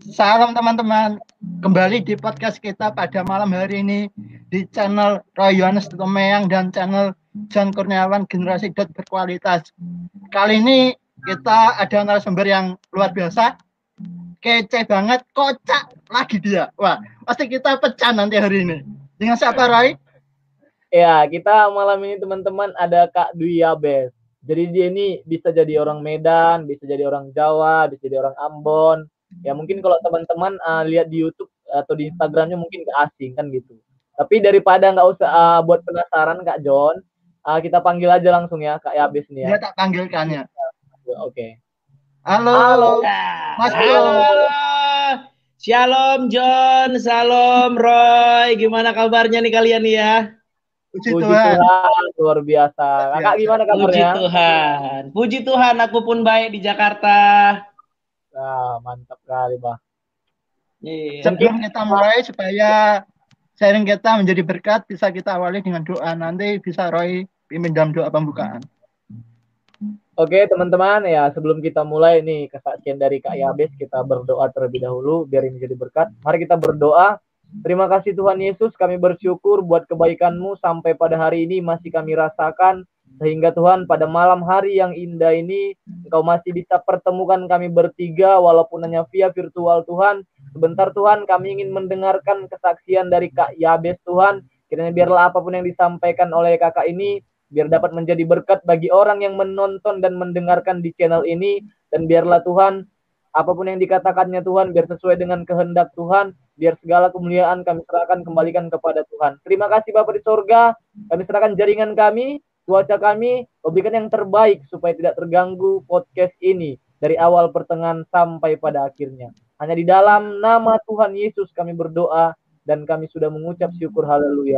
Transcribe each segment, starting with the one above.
Salam teman-teman, kembali di podcast kita pada malam hari ini di channel Roy Yohanes Tomeyang dan channel John Kurniawan Generasi Berkualitas. Kali ini kita ada narasumber yang luar biasa, kece banget, kocak lagi dia. Wah, pasti kita pecah nanti hari ini. Dengan siapa, Roy? Ya, kita malam ini teman-teman ada Kak Dwi Yabes. Jadi dia ini bisa jadi orang Medan, bisa jadi orang Jawa, bisa jadi orang Ambon. Ya mungkin kalau teman-teman lihat di YouTube atau di Instagramnya mungkin gak asing kan gitu. Tapi daripada nggak usah buat penasaran Kak John, kita panggil aja langsung ya Kak Yabes nih ya. Dia tak panggilkannya. Oke. Halo, Mas Bro. Halo. Shalom John, salam Roy. Gimana kabarnya nih kalian ya? Puji Tuhan, luar biasa. Kakak gimana kabarnya? Puji Tuhan. Puji Tuhan, aku pun baik di Jakarta. Mantap kali, Bah. Sebelum kita mulai, supaya sharing kita menjadi berkat, bisa kita awali dengan doa. Nanti bisa Roy pimpin dalam doa pembukaan. Oke teman-teman, ya sebelum kita mulai nih kesaksian dari Kak Yabes, kita berdoa terlebih dahulu biar ini jadi berkat. Mari kita berdoa. Terima kasih Tuhan Yesus, kami bersyukur buat kebaikan-Mu sampai pada hari ini masih kami rasakan. Sehingga Tuhan pada malam hari yang indah ini, Engkau masih bisa pertemukan kami bertiga walaupun hanya via virtual Tuhan. Sebentar Tuhan, kami ingin mendengarkan kesaksian dari Kak Yabes Tuhan. Kiranya biarlah apapun yang disampaikan oleh kakak ini, biar dapat menjadi berkat bagi orang yang menonton dan mendengarkan di channel ini. Dan biarlah Tuhan, apapun yang dikatakannya Tuhan, biar sesuai dengan kehendak Tuhan. Biar segala kemuliaan kami serahkan kembalikan kepada Tuhan. Terima kasih Bapa di sorga. Kami serahkan jaringan kami, cuaca kami, berikan yang terbaik supaya tidak terganggu podcast ini dari awal pertengahan sampai pada akhirnya. Hanya di dalam nama Tuhan Yesus kami berdoa dan kami sudah mengucap syukur haleluya.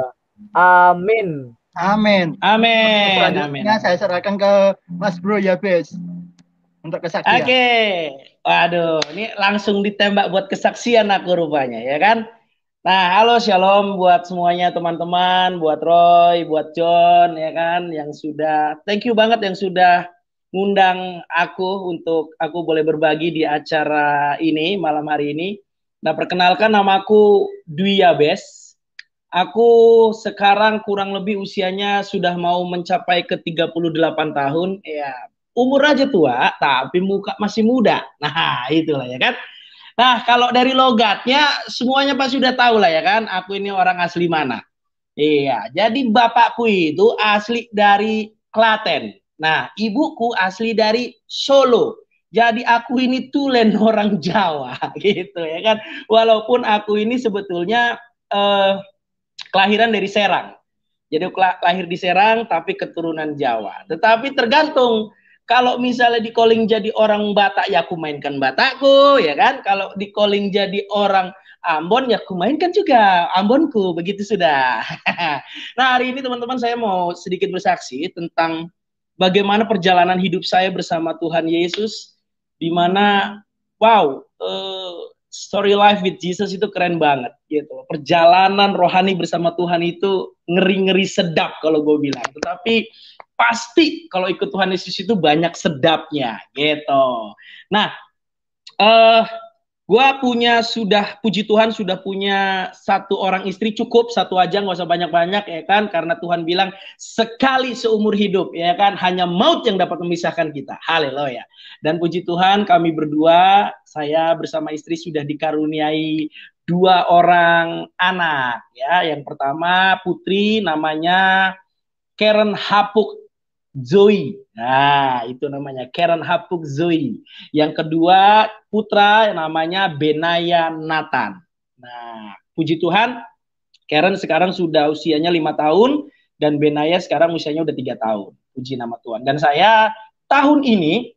Amin. Amin. Amin. Selanjutnya saya serahkan ke Mas Bro Yabes untuk kesaksian. Oke. Waduh, ini langsung ditembak buat kesaksian aku rupanya, ya kan? Nah, halo shalom buat semuanya teman-teman, buat Roy, buat John, ya kan, yang sudah, thank you banget yang sudah ngundang aku untuk aku boleh berbagi di acara ini malam hari ini. Nah, perkenalkan namaku Dwi Yabes. Aku sekarang kurang lebih usianya sudah mau mencapai ke 38 tahun. Ya, umur aja tua, tapi muka masih muda. Nah, itulah ya kan. Nah, kalau dari logatnya semuanya pasti sudah tahu lah ya kan. Aku ini orang asli mana. Iya, jadi bapakku itu asli dari Klaten. Nah, ibuku asli dari Solo. Jadi aku ini tulen orang Jawa gitu ya kan. Walaupun aku ini sebetulnya kelahiran dari Serang. Jadi lahir di Serang tapi keturunan Jawa. Tetapi tergantung, kalau misalnya di calling jadi orang Batak ya aku mainkan Batakku ya kan. Kalau di calling jadi orang Ambon ya aku mainkan juga Ambonku, begitu sudah. Nah, hari ini teman-teman saya mau sedikit bersaksi tentang bagaimana perjalanan hidup saya bersama Tuhan Yesus, di mana wow, story life with Jesus itu keren banget gitu. Perjalanan rohani bersama Tuhan itu ngeri-ngeri sedap kalau gue bilang. Tetapi pasti kalau ikut Tuhan Yesus itu banyak sedapnya gitu. Nah, gue puji Tuhan sudah punya satu orang istri, cukup satu aja, nggak usah banyak-banyak ya kan, karena Tuhan bilang sekali seumur hidup ya kan, hanya maut yang dapat memisahkan kita. Haleluya. Dan puji Tuhan kami berdua, saya bersama istri sudah dikaruniai 2 orang anak ya. Yang pertama putri namanya Karen Hapuk Zoe. Nah, itu namanya Karen Hapuk Zoe. Yang kedua putra namanya Benaya Nathan. Nah, puji Tuhan, Karen sekarang sudah usianya 5 tahun dan Benaya sekarang usianya udah 3 tahun. Puji nama Tuhan. Dan saya tahun ini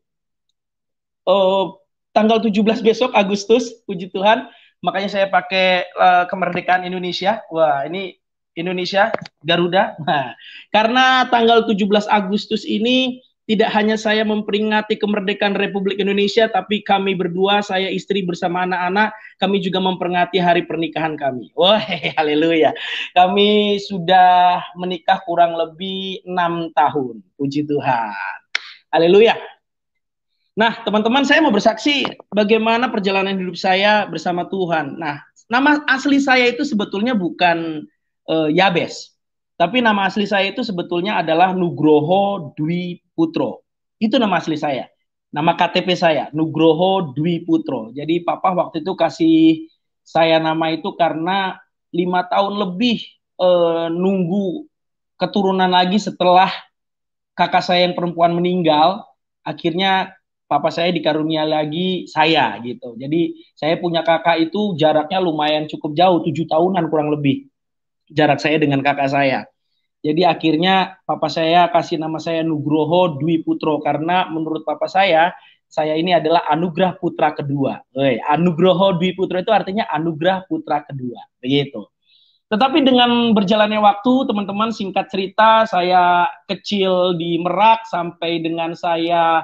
tanggal 17 besok Agustus, puji Tuhan, makanya saya pakai kemerdekaan Indonesia. Wah, ini Indonesia, Garuda. Nah, karena tanggal 17 Agustus ini tidak hanya saya memperingati kemerdekaan Republik Indonesia, tapi kami berdua, saya istri bersama anak-anak, kami juga memperingati hari pernikahan kami. Wah, haleluya. Kami sudah menikah kurang lebih 6 tahun. Puji Tuhan. Haleluya. Nah, teman-teman, saya mau bersaksi bagaimana perjalanan hidup saya bersama Tuhan. Nah, nama asli saya itu sebetulnya bukan Yabes, tapi nama asli saya itu sebetulnya adalah Nugroho Dwi Putro. Itu nama asli saya. Nama KTP saya, Nugroho Dwi Putro. Jadi papa waktu itu kasih saya nama itu karena 5 tahun lebih nunggu keturunan lagi setelah kakak saya yang perempuan meninggal. Akhirnya papa saya dikarunia lagi saya gitu. Jadi saya punya kakak itu jaraknya lumayan cukup jauh, 7 tahunan kurang lebih jarak saya dengan kakak saya. Jadi akhirnya papa saya kasih nama saya Nugroho Dwi Putro karena menurut papa saya ini adalah anugerah putra kedua. Anugroho Dwi Putro itu artinya anugerah putra kedua. Begitu. Tetapi dengan berjalannya waktu, teman-teman, singkat cerita, saya kecil di Merak sampai dengan saya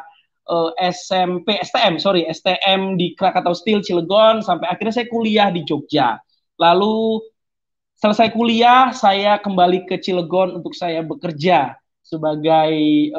STM di Krakatau Steel Cilegon, sampai akhirnya saya kuliah di Jogja. Lalu selesai kuliah, saya kembali ke Cilegon untuk saya bekerja sebagai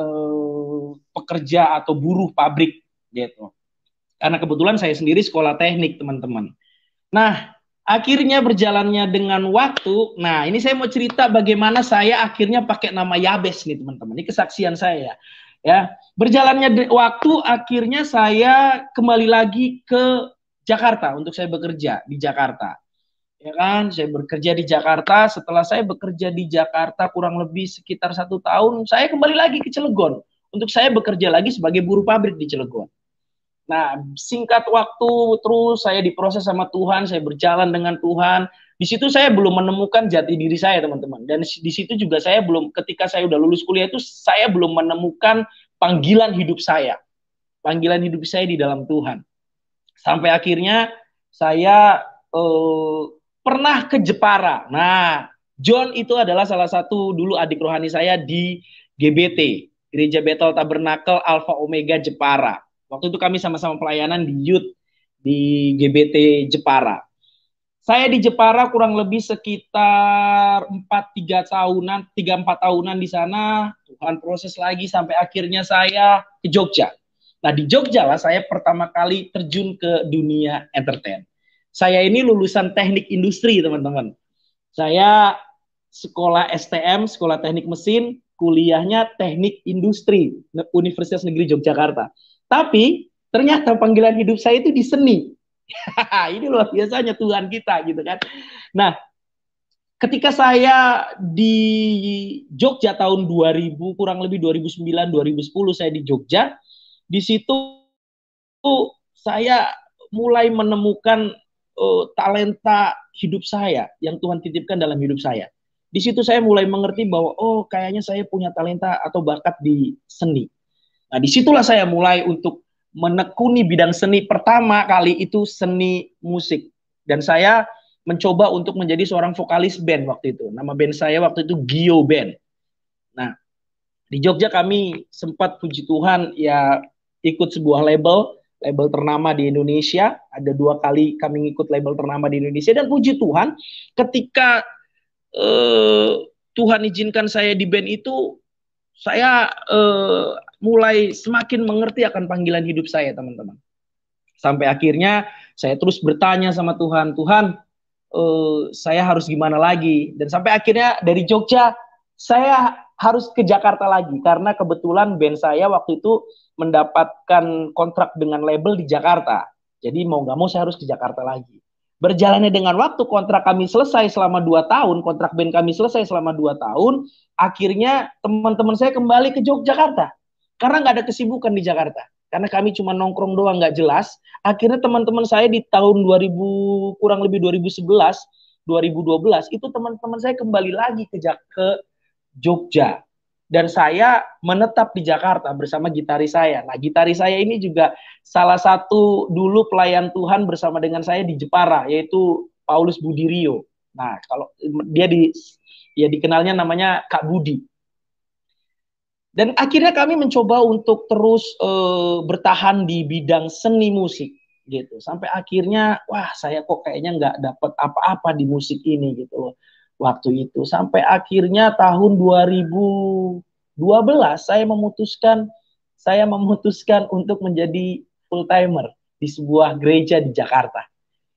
pekerja atau buruh pabrik gitu. Karena kebetulan saya sendiri sekolah teknik, teman-teman. Nah, akhirnya berjalannya dengan waktu. Nah, ini saya mau cerita bagaimana saya akhirnya pakai nama Yabes nih, teman-teman. Ini kesaksian saya. Ya, berjalannya waktu, akhirnya saya kembali lagi ke Jakarta untuk saya bekerja di Jakarta. Ya kan, saya bekerja di Jakarta. Setelah saya bekerja di Jakarta kurang lebih sekitar 1 tahun, saya kembali lagi ke Cilegon untuk saya bekerja lagi sebagai buruh pabrik di Cilegon. Nah, singkat waktu terus saya diproses sama Tuhan, saya berjalan dengan Tuhan. Di situ saya belum menemukan jati diri saya, teman-teman. Dan di situ juga saya belum, ketika saya udah lulus kuliah itu, saya belum menemukan panggilan hidup saya. Panggilan hidup saya di dalam Tuhan. Sampai akhirnya saya pernah ke Jepara. Nah, John itu adalah salah satu dulu adik rohani saya di GBT, Gereja Bethel Tabernakel Alpha Omega Jepara. Waktu itu kami sama-sama pelayanan di youth di GBT Jepara. Saya di Jepara kurang lebih sekitar 3-4 tahunan di sana. Tuhan proses lagi sampai akhirnya saya ke Jogja. Nah, di Jogja lah saya pertama kali terjun ke dunia entertain. Saya ini lulusan teknik industri, teman-teman. Saya sekolah STM, sekolah teknik mesin, kuliahnya teknik industri, Universitas Negeri Yogyakarta. Tapi ternyata panggilan hidup saya itu di seni. Ini luar biasanya Tuhan kita gitu kan. Nah, ketika saya di Jogja tahun 2000, kurang lebih 2009, 2010 saya di Jogja, di situ saya mulai menemukan talenta hidup saya yang Tuhan titipkan dalam hidup saya. Di situ saya mulai mengerti bahwa oh kayaknya saya punya talenta atau bakat di seni. Nah, disitulah saya mulai untuk menekuni bidang seni. Pertama kali itu seni musik. Dan saya mencoba untuk menjadi seorang vokalis band waktu itu. Nama band saya waktu itu Gio Band. Nah, di Jogja kami sempat puji Tuhan ya ikut sebuah label ternama di Indonesia. Ada 2 kali kami ikut label ternama di Indonesia. Dan puji Tuhan ketika Tuhan izinkan saya di band itu, saya mulai semakin mengerti akan panggilan hidup saya, teman-teman. Sampai akhirnya saya terus bertanya sama Tuhan, Tuhan, saya harus gimana lagi? Dan sampai akhirnya dari Jogja, saya harus ke Jakarta lagi, karena kebetulan band saya waktu itu mendapatkan kontrak dengan label di Jakarta. Jadi mau gak mau saya harus ke Jakarta lagi. Berjalannya dengan waktu, kontrak kami selesai selama 2 tahun, kontrak band kami selesai selama 2 tahun, akhirnya teman-teman saya kembali ke Yogyakarta. Karena nggak ada kesibukan di Jakarta. Karena kami cuma nongkrong doang nggak jelas. Akhirnya teman-teman saya di tahun 2000, kurang lebih 2011, 2012, itu teman-teman saya kembali lagi ke Jogja. Dan saya menetap di Jakarta bersama gitaris saya. Nah, gitaris saya ini juga salah satu dulu pelayan Tuhan bersama dengan saya di Jepara, yaitu Paulus Budirio. Nah, kalau dia dikenalnya namanya Kak Budi. Dan akhirnya kami mencoba untuk terus bertahan di bidang seni musik gitu. Sampai akhirnya wah saya kok kayaknya nggak dapat apa-apa di musik ini gitu loh waktu itu. Sampai akhirnya tahun 2012 saya memutuskan saya memutuskan untuk menjadi full timer di sebuah gereja di Jakarta.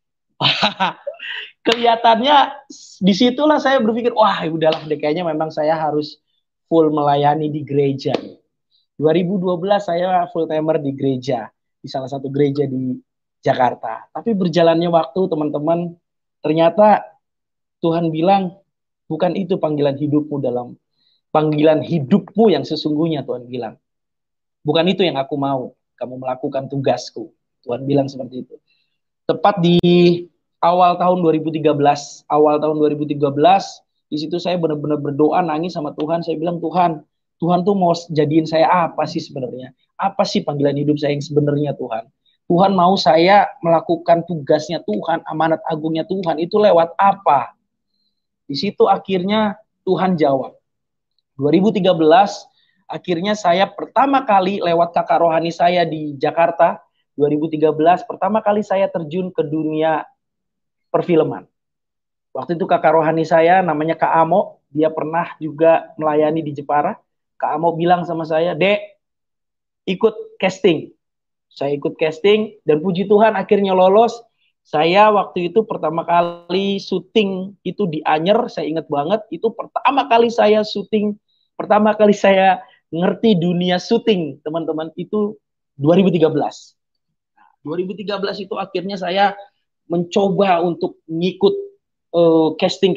Kelihatannya disitulah saya berpikir, wah udahlah deh, kayaknya memang saya harus full melayani di gereja. 2012 saya full timer di gereja, di salah satu gereja di Jakarta. Tapi berjalannya waktu teman-teman, ternyata Tuhan bilang, bukan itu panggilan hidupmu dalam panggilan hidupmu yang sesungguhnya, Tuhan bilang. Bukan itu yang aku mau, kamu melakukan tugasku. Tuhan bilang seperti itu. Tepat di awal tahun 2013, di situ saya benar-benar berdoa, nangis sama Tuhan. Saya bilang, Tuhan tuh mau jadiin saya apa sih sebenarnya? Apa sih panggilan hidup saya yang sebenarnya, Tuhan? Tuhan mau saya melakukan tugasnya Tuhan, amanat agungnya Tuhan, itu lewat apa? Di situ akhirnya Tuhan jawab. 2013, akhirnya saya pertama kali lewat kakak rohani saya di Jakarta, 2013, pertama kali saya terjun ke dunia perfilman. Waktu itu kakak rohani saya namanya Kak Amo, dia pernah juga melayani di Jepara. Kak Amo bilang sama saya, Dek, ikut casting. Saya ikut casting dan puji Tuhan akhirnya lolos. Saya waktu itu pertama kali syuting itu di Anyer, saya ingat banget, itu pertama kali saya syuting, pertama kali saya ngerti dunia syuting, teman-teman, itu 2013. 2013 itu akhirnya saya mencoba untuk ngikut casting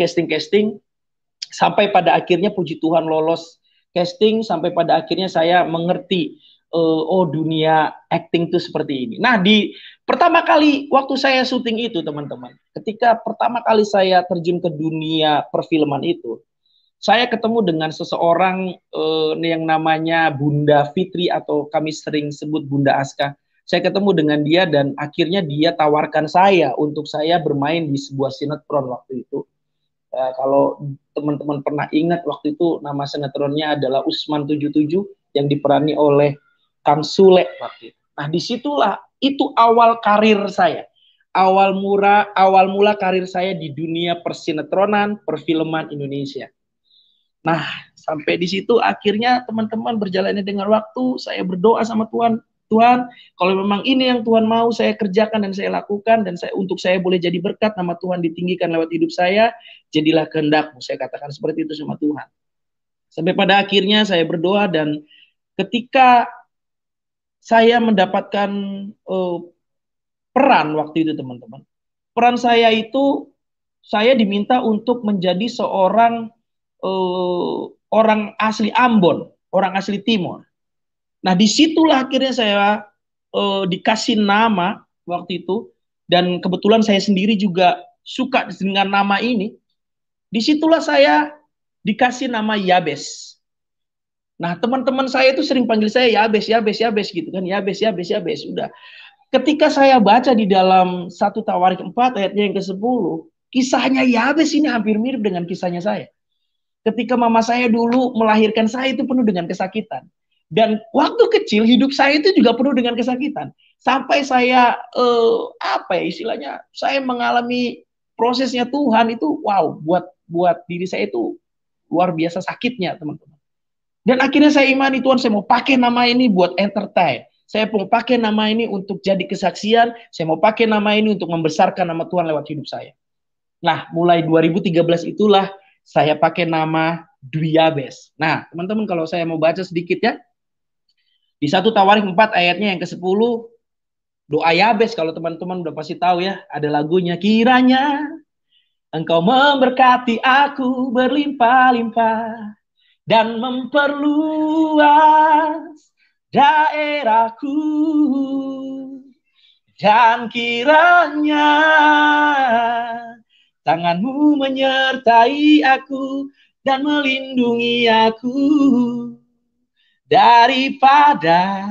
sampai pada akhirnya puji Tuhan lolos casting, sampai pada akhirnya saya mengerti oh dunia acting itu seperti ini. Nah, di pertama kali waktu saya syuting itu, teman-teman, ketika pertama kali saya terjun ke dunia perfilman itu, saya ketemu dengan seseorang yang namanya Bunda Fitri, atau kami sering sebut Bunda Aska. Saya ketemu dengan dia dan akhirnya dia tawarkan saya untuk saya bermain di sebuah sinetron waktu itu. Kalau teman-teman pernah ingat, waktu itu nama sinetronnya adalah Usman 77 yang diperani oleh Kang Sule waktu itu. Nah, disitulah itu awal karir saya. Awal mula karir saya di dunia persinetronan, perfilman Indonesia. Nah, sampai di situ akhirnya teman-teman berjalannya dengan waktu, saya berdoa sama Tuhan, Tuhan, kalau memang ini yang Tuhan mau saya kerjakan dan saya lakukan, dan untuk saya boleh jadi berkat, nama Tuhan ditinggikan lewat hidup saya, jadilah kehendak-Mu. Saya katakan seperti itu sama Tuhan. Sampai pada akhirnya saya berdoa, dan ketika saya mendapatkan peran waktu itu, teman-teman, peran saya itu saya diminta untuk menjadi seorang orang asli Ambon, orang asli Timor. Nah, disitulah akhirnya saya dikasih nama waktu itu, dan kebetulan saya sendiri juga suka dengan nama ini. Disitulah saya dikasih nama Yabes. Nah, teman-teman saya itu sering panggil saya Yabes gitu kan, Yabes, udah. Ketika saya baca di dalam 1 Tawarik 4 ayatnya yang ke-10, kisahnya Yabes ini hampir mirip dengan kisahnya saya. Ketika mama saya dulu melahirkan saya itu penuh dengan kesakitan. Dan waktu kecil hidup saya itu juga penuh dengan kesakitan. Sampai saya istilahnya saya mengalami prosesnya Tuhan itu, wow, buat diri saya itu luar biasa sakitnya, teman-teman. Dan akhirnya saya imani, Tuhan, saya mau pakai nama ini buat entertain. Saya mau pakai nama ini untuk jadi kesaksian. Saya mau pakai nama ini untuk membesarkan nama Tuhan lewat hidup saya. Nah, mulai 2013 itulah saya pakai nama Dwi Yabes. Nah, teman-teman, kalau saya mau baca sedikit ya. Di 1 Tawarik 4 ayatnya yang ke-10, doa Yabes, kalau teman-teman udah pasti tahu ya, ada lagunya. Kiranya Engkau memberkati aku berlimpah-limpah dan memperluas daerahku, dan kiranya tangan-Mu menyertai aku dan melindungi aku daripada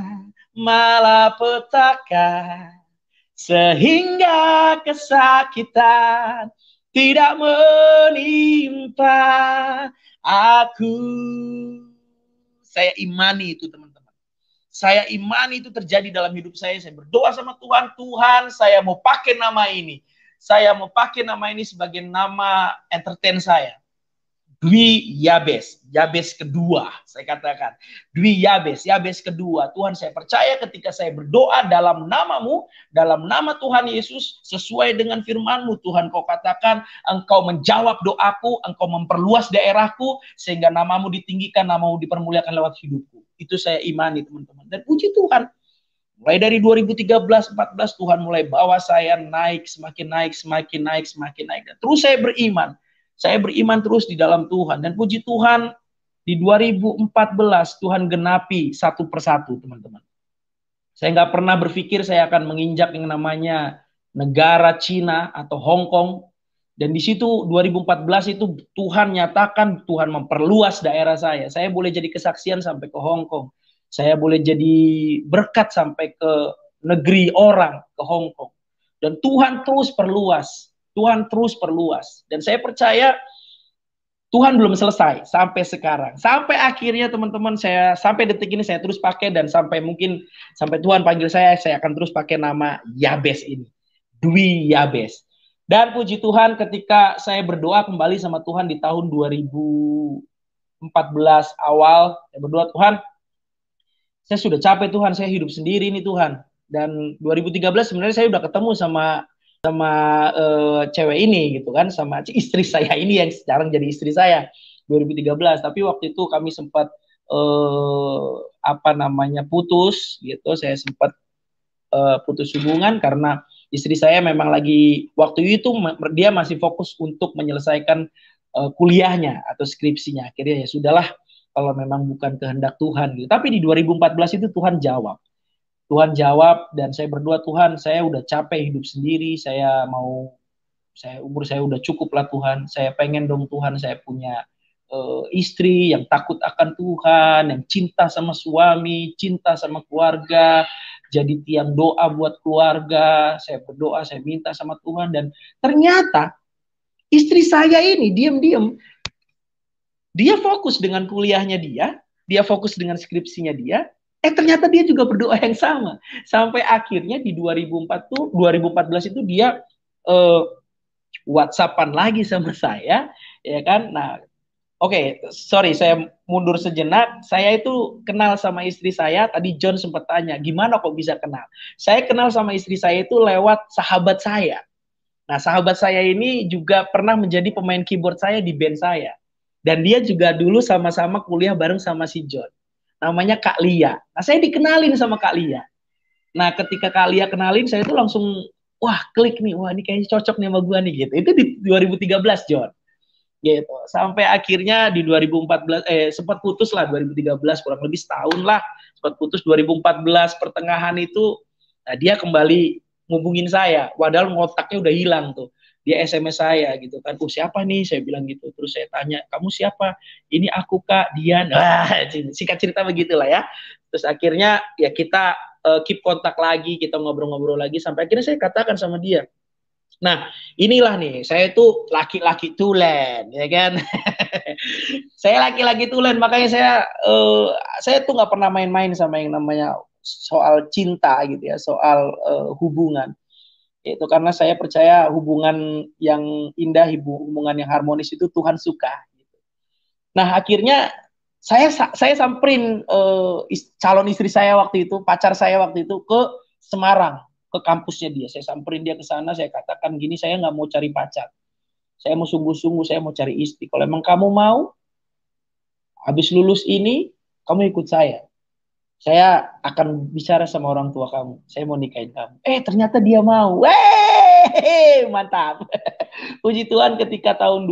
malapetaka, sehingga kesakitan tidak menimpa aku. Saya imani itu, teman-teman. Saya imani itu terjadi dalam hidup saya. Saya berdoa sama Tuhan, Tuhan, saya mau pakai nama ini. Saya mau pakai nama ini sebagai nama entertain saya. Dwi Yabes, Yabes kedua, saya katakan. Dwi Yabes, Yabes kedua. Tuhan, saya percaya ketika saya berdoa dalam namamu, dalam nama Tuhan Yesus, sesuai dengan firman-Mu, Tuhan, kau katakan, engkau menjawab doaku, engkau memperluas daerahku, sehingga namamu ditinggikan, namamu dipermuliakan lewat hidupku. Itu saya imani, teman-teman. Dan puji Tuhan, mulai dari 2013-14, Tuhan mulai bawa saya naik, semakin naik, semakin naik, semakin naik. Dan terus saya beriman. Saya beriman terus di dalam Tuhan. Dan puji Tuhan, di 2014 Tuhan genapi satu persatu, teman-teman. Saya nggak pernah berpikir saya akan menginjak yang namanya negara Cina atau Hong Kong. Dan di situ 2014 itu Tuhan nyatakan, Tuhan memperluas daerah saya. Saya boleh jadi kesaksian sampai ke Hong Kong. Saya boleh jadi berkat sampai ke negeri orang, ke Hong Kong. Dan Tuhan terus perluas. Tuhan terus perluas. Dan saya percaya Tuhan belum selesai sampai sekarang. Sampai akhirnya teman-teman, saya sampai detik ini saya terus pakai, dan sampai mungkin sampai Tuhan panggil saya akan terus pakai nama Yabes ini. Dwi Yabes. Dan puji Tuhan ketika saya berdoa kembali sama Tuhan di tahun 2014 awal, saya berdoa, Tuhan, saya sudah capek Tuhan, saya hidup sendiri nih Tuhan. Dan 2013 sebenarnya saya udah ketemu sama cewek ini gitu kan, sama istri saya ini yang sekarang jadi istri saya 2013. Tapi waktu itu kami sempat putus gitu. Saya sempat putus hubungan karena istri saya memang lagi waktu itu dia masih fokus untuk menyelesaikan kuliahnya atau skripsinya. Akhirnya ya sudahlah, kalau memang bukan kehendak Tuhan gitu. Tapi di 2014 itu Tuhan jawab. Tuhan jawab, dan saya berdoa, Tuhan, saya udah capek hidup sendiri, umur saya udah cukup lah Tuhan, saya pengen dong Tuhan, saya punya istri yang takut akan Tuhan, yang cinta sama suami, cinta sama keluarga, jadi tiang doa buat keluarga. Saya berdoa, saya minta sama Tuhan, dan ternyata istri saya ini diam-diam, dia fokus dengan kuliahnya dia fokus dengan skripsinya dia, ternyata dia juga berdoa yang sama. Sampai akhirnya di 2014 itu dia WhatsAppan lagi sama saya, ya kan. Nah, oke, sorry, saya mundur sejenak. Saya itu kenal sama istri saya, tadi John sempat tanya, gimana kok bisa kenal? Saya kenal sama istri saya itu lewat sahabat saya. Nah, sahabat saya ini juga pernah menjadi pemain keyboard saya di band saya. Dan dia juga dulu sama-sama kuliah bareng sama si John. Namanya Kak Lia. Nah, saya dikenalin sama Kak Lia. Nah, ketika Kak Lia kenalin, saya itu langsung, wah, klik nih, wah, ini kayaknya cocok nih sama gue nih, gitu. Itu di 2013, John. Gitu. Sampai akhirnya di 2014, sempat putus lah 2013, kurang lebih setahun lah. Sempat putus 2014, pertengahan itu, nah, dia kembali ngubungin saya. Padahal ngotaknya udah hilang tuh. Dia SMS saya gitu kan, siapa nih, saya bilang gitu. Terus saya tanya, kamu siapa? Ini aku Kak Dian. Wah, singkat cerita begitulah ya. Terus akhirnya ya kita keep kontak lagi, kita ngobrol-ngobrol lagi, sampai akhirnya saya katakan sama dia, nah inilah nih, saya itu laki-laki tulen, ya kan. Saya laki-laki tulen, makanya saya tuh nggak pernah main-main sama yang namanya soal cinta gitu ya, soal hubungan. Itu karena saya percaya hubungan yang indah, hubungan yang harmonis itu Tuhan suka. Gitu. Nah, akhirnya saya samperin calon istri saya waktu itu, pacar saya waktu itu ke Semarang, ke kampusnya dia. Saya samperin dia ke sana, saya katakan gini, saya nggak mau cari pacar. Saya mau sungguh-sungguh, saya mau cari istri. Kalau emang kamu mau, habis lulus ini, kamu ikut saya. Saya akan bicara sama orang tua kamu. Saya mau nikahin kamu. Ternyata dia mau. Mantap. Puji Tuhan, ketika tahun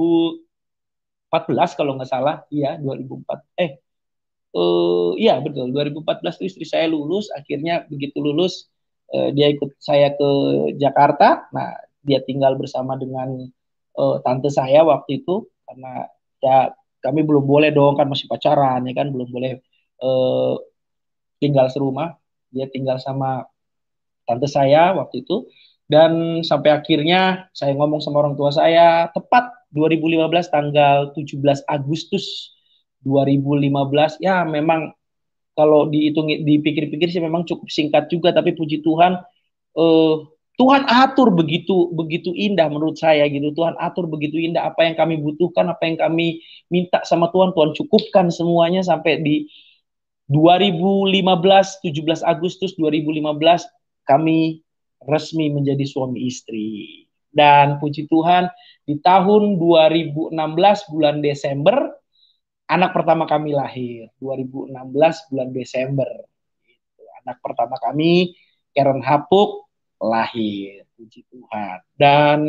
2014 kalau nggak salah, iya 2004. Iya betul. 2014 itu istri saya lulus. Akhirnya begitu lulus, dia ikut saya ke Jakarta. Nah, dia tinggal bersama dengan tante saya waktu itu, karena ya kami belum boleh dong, kan masih pacaran ya kan, belum boleh tinggal serumah. Dia tinggal sama tante saya waktu itu, dan sampai akhirnya saya ngomong sama orang tua saya, tepat 2015 tanggal 17 Agustus 2015, ya memang kalau dihitung, dipikir-pikir sih memang cukup singkat juga, tapi puji Tuhan Tuhan atur begitu begitu indah menurut saya gitu. Tuhan atur begitu indah apa yang kami butuhkan, apa yang kami minta sama Tuhan, Tuhan cukupkan semuanya sampai di 2015, 17 Agustus 2015 kami resmi menjadi suami istri. Dan puji Tuhan di tahun 2016 bulan Desember anak pertama kami lahir. 2016 bulan Desember. Anak pertama kami Karen Hapuk lahir, puji Tuhan. Dan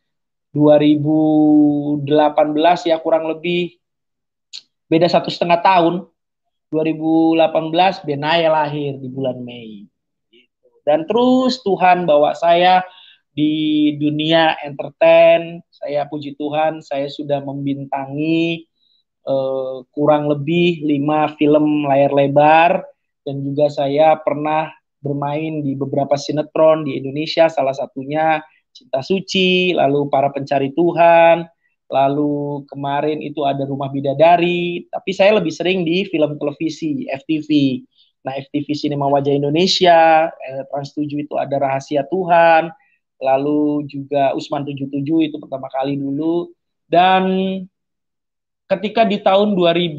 2018 ya kurang lebih beda 1,5 tahun. 2018 Benaya lahir di bulan Mei. Dan terus Tuhan bawa saya di dunia entertain. Saya puji Tuhan, saya sudah membintangi kurang lebih 5 film layar lebar. Dan juga saya pernah bermain di beberapa sinetron di Indonesia, salah satunya Cinta Suci, lalu Para Pencari Tuhan, lalu kemarin itu ada Rumah Bidadari, tapi saya lebih sering di film televisi, FTV. Nah, FTV Sinema Wajah Indonesia, Trans 7 itu ada Rahasia Tuhan, lalu juga Usman 77 itu pertama kali dulu, dan ketika di tahun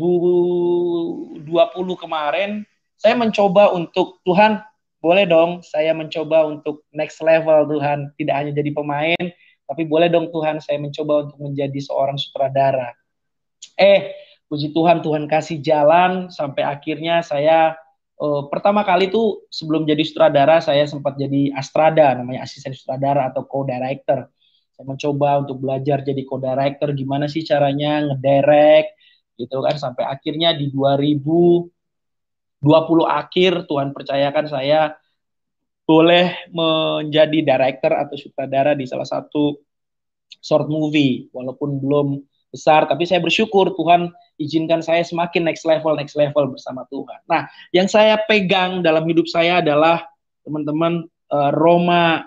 2020 kemarin, saya mencoba untuk Tuhan, boleh dong saya mencoba untuk next level Tuhan, tidak hanya jadi pemain, tapi boleh dong Tuhan saya mencoba untuk menjadi seorang sutradara. Puji Tuhan, Tuhan kasih jalan sampai akhirnya saya pertama kali tuh sebelum jadi sutradara saya sempat jadi astrada, namanya asisten sutradara atau co-director. Saya mencoba untuk belajar jadi co-director, gimana sih caranya ngedirect gitu kan, sampai akhirnya di 2020 akhir Tuhan percayakan saya boleh menjadi director atau sutradara di salah satu short movie, walaupun belum besar, tapi saya bersyukur Tuhan izinkan saya semakin next level bersama Tuhan. Nah, yang saya pegang dalam hidup saya adalah teman-teman Roma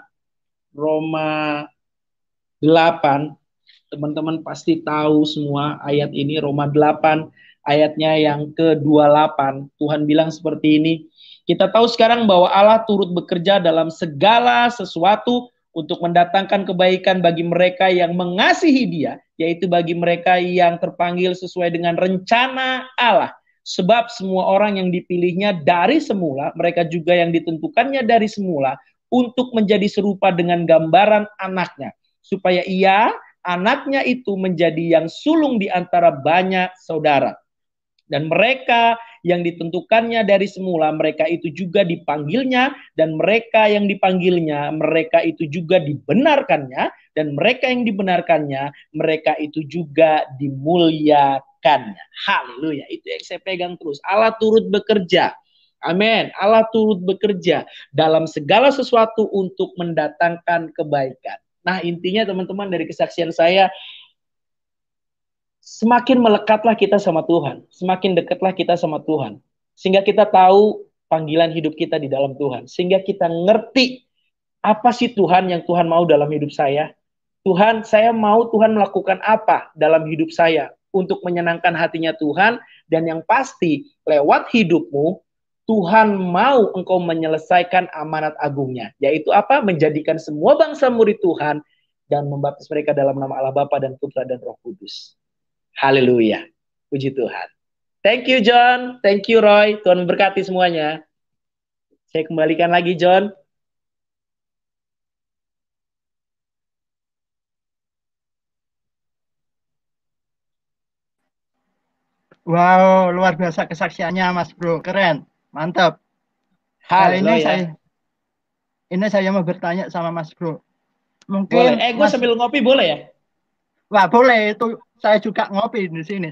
8. Teman-teman pasti tahu semua ayat ini, Roma 8 ayatnya yang ke-28. Tuhan bilang seperti ini, kita tahu sekarang bahwa Allah turut bekerja dalam segala sesuatu untuk mendatangkan kebaikan bagi mereka yang mengasihi Dia, yaitu bagi mereka yang terpanggil sesuai dengan rencana Allah. Sebab semua orang yang dipilihnya dari semula, mereka juga yang ditentukannya dari semula untuk menjadi serupa dengan gambaran anaknya, supaya ia, anaknya itu menjadi yang sulung di antara banyak saudara. Dan mereka yang ditentukannya dari semula, mereka itu juga dipanggilnya, dan mereka yang dipanggilnya, mereka itu juga dibenarkannya, dan mereka yang dibenarkannya, mereka itu juga dimuliakannya. Haleluya, itu yang saya pegang terus. Allah turut bekerja. Amin. Allah turut bekerja dalam segala sesuatu untuk mendatangkan kebaikan. Nah, intinya teman-teman dari kesaksian saya, semakin melekatlah kita sama Tuhan, semakin dekatlah kita sama Tuhan, sehingga kita tahu panggilan hidup kita di dalam Tuhan, sehingga kita ngerti apa sih Tuhan yang Tuhan mau dalam hidup saya. Tuhan, saya mau Tuhan melakukan apa dalam hidup saya untuk menyenangkan hatinya Tuhan, dan yang pasti lewat hidupmu, Tuhan mau engkau menyelesaikan amanat agungnya, yaitu apa? Menjadikan semua bangsa murid Tuhan dan membaptis mereka dalam nama Allah Bapa dan Putra dan Roh Kudus. Haleluya. Puji Tuhan. Thank you John, thank you Roy. Tuhan memberkati semuanya. Saya kembalikan lagi John. Wow, luar biasa kesaksiannya Mas Bro, keren, mantap. Haleluya. Ini saya mau bertanya sama Mas Bro. Mungkin boleh. Gue sambil ngopi boleh ya? Wah, boleh. Itu saya juga ngopi di sini.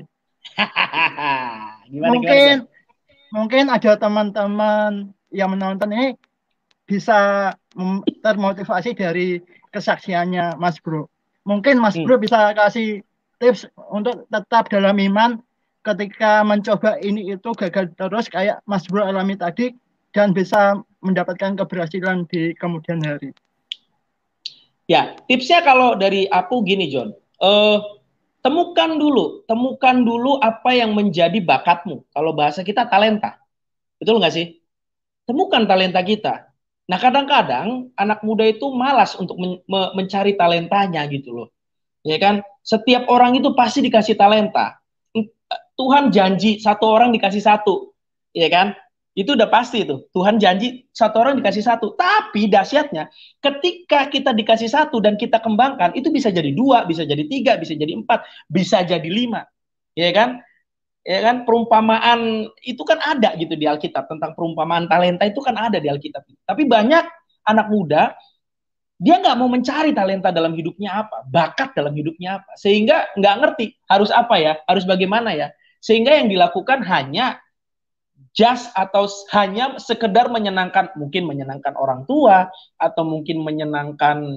Gimana? Mungkin ada teman-teman yang menonton ini bisa termotivasi dari kesaksiannya Mas Bro. Mungkin Mas Bro bisa kasih tips untuk tetap dalam iman ketika mencoba ini itu gagal terus kayak Mas Bro alami tadi, dan bisa mendapatkan keberhasilan di kemudian hari. Ya, tipsnya kalau dari aku gini John. Temukan dulu apa yang menjadi bakatmu. Kalau bahasa kita talenta. Betul nggak sih? Temukan talenta kita. Nah, kadang-kadang anak muda itu malas untuk mencari talentanya gitu loh. Ya kan? Setiap orang itu pasti dikasih talenta. Tuhan janji satu orang dikasih satu. Ya kan? Itu udah pasti tuh. Tuhan janji satu orang dikasih satu. Tapi dahsyatnya, ketika kita dikasih satu dan kita kembangkan, itu bisa jadi dua, bisa jadi tiga, bisa jadi empat, bisa jadi lima. Ya kan? Ya kan, perumpamaan itu kan ada gitu di Alkitab, tentang perumpamaan talenta itu kan ada di Alkitab. Tapi banyak anak muda dia nggak mau mencari talenta dalam hidupnya apa, bakat dalam hidupnya apa, sehingga nggak ngerti harus apa ya, harus bagaimana ya, sehingga yang dilakukan hanya just atau hanya sekedar menyenangkan, mungkin menyenangkan orang tua, atau mungkin menyenangkan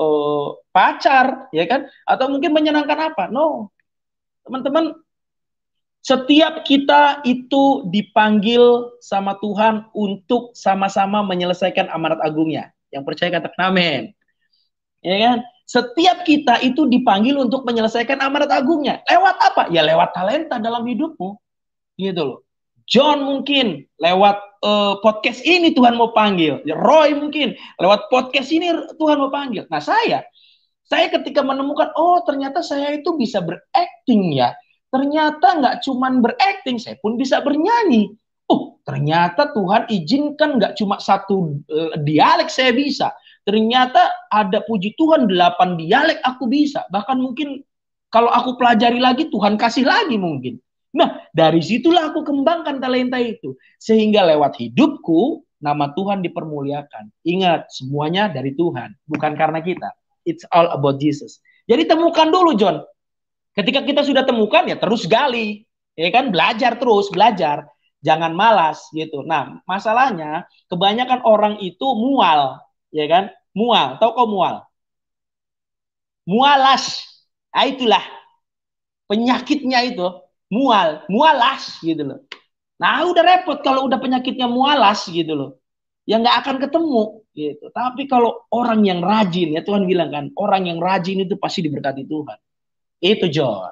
pacar, ya kan, atau mungkin menyenangkan apa. No, teman-teman, setiap kita itu dipanggil sama Tuhan untuk sama-sama menyelesaikan amanat agungnya. Yang percaya katakan amin. Ya kan? Setiap kita itu dipanggil untuk menyelesaikan amanat agungnya. Lewat apa? Ya lewat talenta dalam hidupmu. Gitu loh. John mungkin lewat podcast ini Tuhan mau panggil. Roy mungkin lewat podcast ini Tuhan mau panggil. Nah, saya ketika menemukan, oh ternyata saya itu bisa berakting ya. Ternyata nggak cuman berakting, saya pun bisa bernyanyi. Oh, ternyata Tuhan izinkan nggak cuma satu dialek saya bisa. Ternyata ada puji Tuhan 8 dialek aku bisa. Bahkan mungkin kalau aku pelajari lagi, Tuhan kasih lagi mungkin. Nah, dari situlah aku kembangkan talenta itu. Sehingga lewat hidupku, nama Tuhan dipermuliakan. Ingat, semuanya dari Tuhan, bukan karena kita. It's all about Jesus. Jadi temukan dulu, John. Ketika kita sudah temukan, ya terus gali. Ya kan, belajar terus, belajar. Jangan malas gitu. Nah, masalahnya kebanyakan orang itu mual, ya kan? Mual. Tahu kau mual? Mualas. Nah, itulah penyakitnya itu. Mual, mualas gitu loh. Nah, udah repot kalau udah penyakitnya mualas gitu loh. Ya nggak akan ketemu gitu. Tapi kalau orang yang rajin, ya Tuhan bilang kan, orang yang rajin itu pasti diberkati Tuhan. Itu John.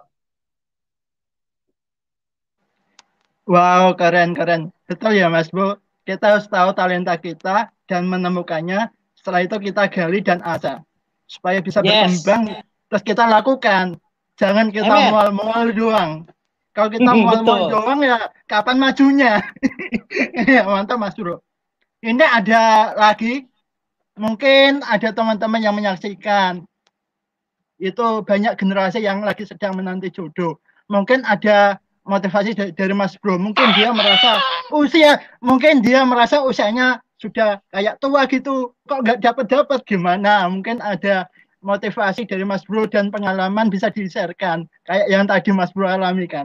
Wow, keren. Betul ya Mas Bro. Kita harus tahu talenta kita dan menemukannya. Setelah itu kita gali dan asah. Supaya bisa Yes. berkembang. Terus kita lakukan. Jangan kita Amen. mual-mual doang. Kalau kita mual-mual Betul. doang ya kapan majunya? Ya, mantap Mas Bro. Ini ada lagi. Mungkin ada teman-teman yang menyaksikan. Itu banyak generasi yang lagi sedang menanti jodoh. Mungkin ada motivasi dari Mas Bro. Mungkin dia merasa usianya sudah kayak tua gitu. Kok nggak dapat gimana? Mungkin ada motivasi dari Mas Bro dan pengalaman bisa di-sharekan. Kayak yang tadi Mas Bro alami kan.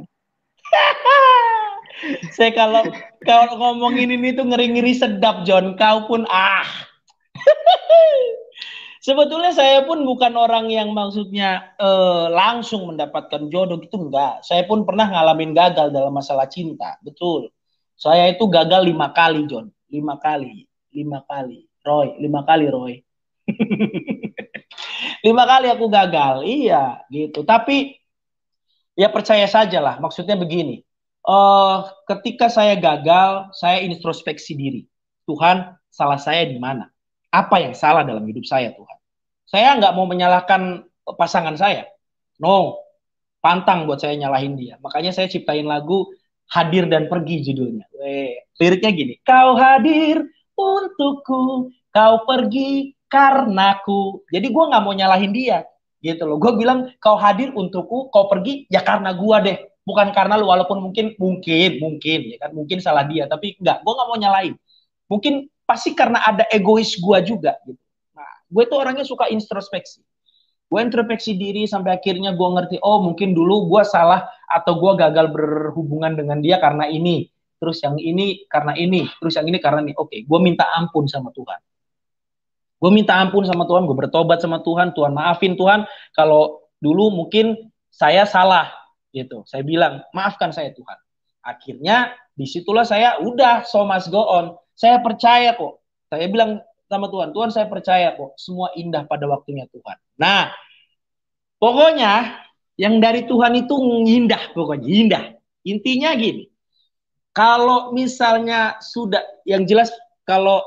Saya kalau ngomongin ini tuh ngeri-ngeri sedap, John. Kau pun Sebetulnya saya pun bukan orang yang maksudnya langsung mendapatkan jodoh gitu, enggak. Saya pun pernah ngalamin gagal dalam masalah cinta, betul. Saya itu gagal 5 kali, John. 5 kali. 5 kali. Roy, 5 kali, Roy. 5 kali aku gagal, iya gitu. Tapi ya percaya saja lah, maksudnya begini. Ketika saya gagal, saya introspeksi diri. Tuhan, salah saya di mana? Apa yang salah dalam hidup saya, Tuhan? Saya nggak mau menyalahkan pasangan saya. No, pantang buat saya nyalahin dia. Makanya saya ciptain lagu Hadir dan Pergi judulnya. Liriknya gini, kau hadir untukku, kau pergi karenaku. Jadi gue nggak mau nyalahin dia gitu loh. Gue bilang kau hadir untukku, kau pergi ya karena gue deh, bukan karena lu. Walaupun mungkin ya kan, mungkin salah dia, tapi enggak, gue nggak mau nyalahin. Mungkin pasti karena ada egois gue juga gitu. Nah, gue tuh orangnya suka introspeksi. Gue introspeksi diri sampai akhirnya gue ngerti, oh mungkin dulu gue salah atau gue gagal berhubungan dengan dia karena ini, terus yang ini karena ini, terus yang ini karena ini. Oke, gue minta ampun sama Tuhan. Gue minta ampun sama Tuhan, gue bertobat sama Tuhan, Tuhan maafin Tuhan kalau dulu mungkin saya salah gitu. Saya bilang, maafkan saya Tuhan. Akhirnya disitulah saya udah so must go on. Saya percaya kok. Saya bilang sama Tuhan, Tuhan saya percaya kok semua indah pada waktunya Tuhan. Nah, pokoknya yang dari Tuhan itu indah, pokoknya indah. Intinya gini, kalau misalnya sudah, yang jelas kalau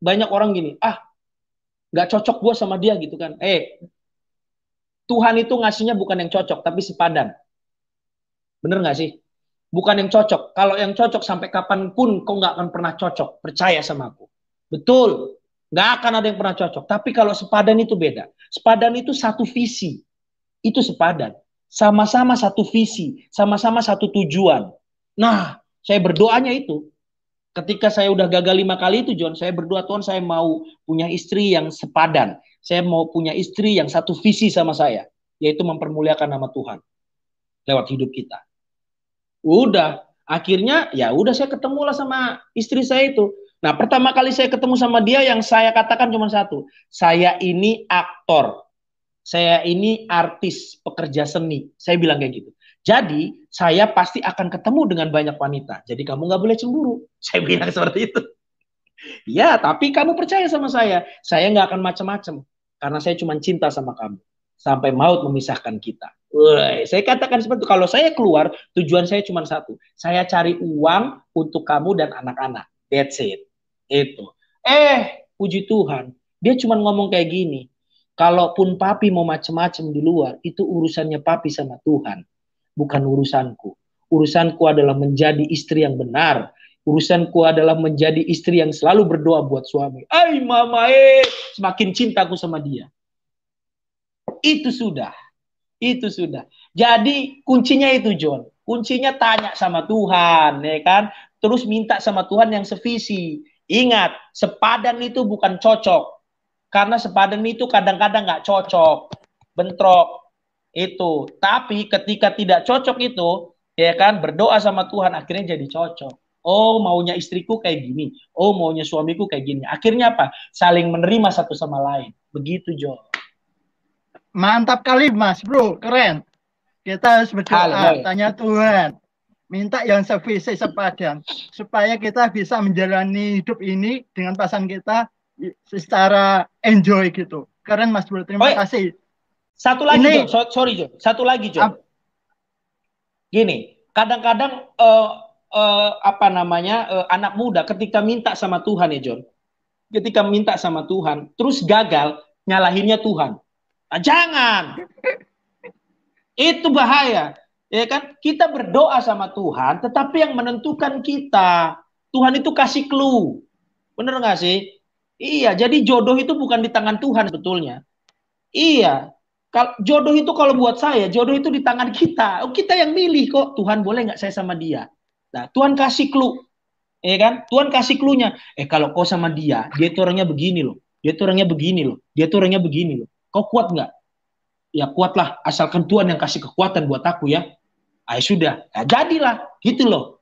banyak orang gini, nggak cocok gue sama dia gitu kan. Tuhan itu ngasihnya bukan yang cocok, tapi sepadan. Bener nggak sih? Bukan yang cocok. Kalau yang cocok sampai kapanpun kau nggak akan pernah cocok. Percaya sama aku. Betul. Nggak akan ada yang pernah cocok. Tapi kalau sepadan itu beda. Sepadan itu satu visi. Itu sepadan. Sama-sama satu visi. Sama-sama satu tujuan. Nah, saya berdoanya itu. Ketika saya udah gagal 5 kali itu, John, saya berdoa, Tuhan, saya mau punya istri yang sepadan. Saya mau punya istri yang satu visi sama saya. Yaitu mempermuliakan nama Tuhan. Lewat hidup kita. Udah, akhirnya ya udah saya ketemulah sama istri saya itu. Nah, pertama kali saya ketemu sama dia yang saya katakan cuma satu. Saya ini aktor. Saya ini artis, pekerja seni. Saya bilang kayak gitu. Jadi, saya pasti akan ketemu dengan banyak wanita. Jadi, kamu nggak boleh cemburu. Saya bilang seperti itu. Ya, tapi kamu percaya sama saya. Saya nggak akan macam-macam. Karena saya cuma cinta sama kamu. Sampai maut memisahkan kita. Saya katakan seperti itu. Kalau saya keluar, tujuan saya cuma satu. Saya cari uang untuk kamu dan anak-anak. That's it. Itu. Puji Tuhan. Dia cuma ngomong kayak gini. Kalaupun papi mau macam-macam di luar, itu urusannya papi sama Tuhan. Bukan urusanku. Urusanku adalah menjadi istri yang benar. Urusanku adalah menjadi istri yang selalu berdoa buat suami. Mama, semakin cintaku sama dia. Itu sudah. Jadi kuncinya itu, John. Kuncinya tanya sama Tuhan, ya kan? Terus minta sama Tuhan yang sevisi. Ingat, sepadan itu bukan cocok. Karena sepadan itu kadang-kadang nggak cocok. Bentrok. Itu. Tapi ketika tidak cocok itu, ya kan, berdoa sama Tuhan, akhirnya jadi cocok. Oh, maunya istriku kayak gini. Oh, maunya suamiku kayak gini. Akhirnya apa? Saling menerima satu sama lain. Begitu, John. Mantap kali, Mas Bro. Keren. Kita harus berdoa, tanya Tuhan. Minta yang sevisi sepadan. Supaya kita bisa menjalani hidup ini dengan pasangan kita secara enjoy gitu. Keren, Mas Bro. Terima kasih. Satu lagi, John. Sorry, John. Satu lagi, John. Gini, kadang-kadang anak muda ketika minta sama Tuhan ya, John. Ketika minta sama Tuhan, terus gagal, nyalahinnya Tuhan. Nah, jangan. Itu bahaya. Ya kan? Kita berdoa sama Tuhan, tetapi yang menentukan kita. Tuhan itu kasih clue. Bener nggak sih? Iya, jadi jodoh itu bukan di tangan Tuhan sebetulnya. Iya. Jodoh itu kalau buat saya, jodoh itu di tangan kita. Kita yang milih kok. Tuhan boleh nggak saya sama dia? Nah, Tuhan kasih clue. Ya kan? Tuhan kasih clue-nya. Kalau kau sama dia itu orangnya begini loh. Dia itu orangnya begini loh. Dia itu orangnya begini loh. Kau kuat nggak? Ya kuatlah, asalkan Tuhan yang kasih kekuatan buat aku ya. Sudah, jadilah, gitu loh.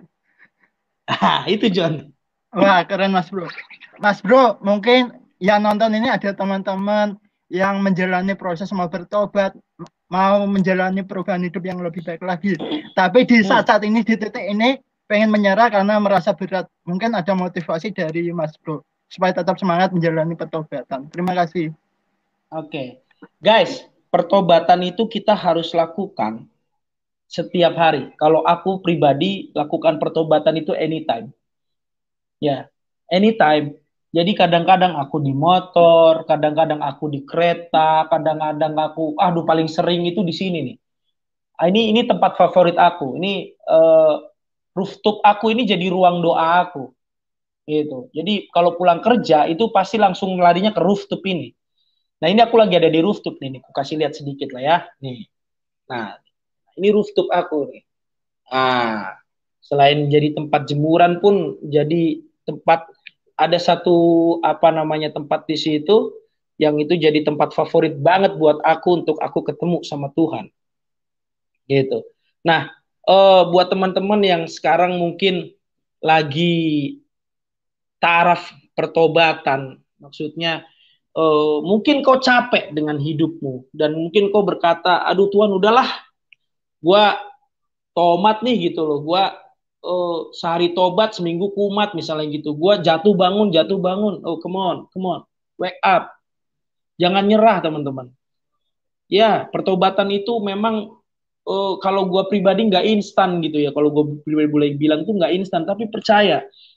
Itu John. Wah, keren Mas Bro. Mas Bro, mungkin yang nonton ini ada teman-teman yang menjalani proses mau bertobat, mau menjalani perubahan hidup yang lebih baik lagi. Tapi di saat-saat ini, di titik ini, pengen menyerah karena merasa berat. Mungkin ada motivasi dari Mas Bro, supaya tetap semangat menjalani pertobatan. Terima kasih. Oke. Guys, pertobatan itu kita harus lakukan setiap hari. Kalau aku pribadi lakukan pertobatan itu anytime. Ya, anytime. Jadi kadang-kadang aku di motor, kadang-kadang aku di kereta, kadang-kadang aku, paling sering itu di sini nih. Ini tempat favorit aku. Ini rooftop aku ini jadi ruang doa aku. Gitu. Jadi kalau pulang kerja itu pasti langsung larinya ke rooftop ini. Nah, ini aku lagi ada di rooftop nih. Aku kasih lihat sedikit lah ya. Nih. Nah, ini rooftop aku nih. Selain jadi tempat jemuran pun jadi tempat, ada satu tempat di situ yang itu jadi tempat favorit banget buat aku untuk aku ketemu sama Tuhan. Gitu. Nah, buat teman-teman yang sekarang mungkin lagi taraf pertobatan, maksudnya mungkin kau capek dengan hidupmu dan mungkin kau berkata, aduh Tuhan udahlah, gua tomat nih gitu loh, gua sehari tobat seminggu kumat misalnya gitu, gua jatuh bangun, come on, wake up, jangan nyerah teman-teman. Ya, pertobatan itu memang kalau gua pribadi nggak instan gitu ya, kalau gua boleh bilang tuh nggak instan, tapi percaya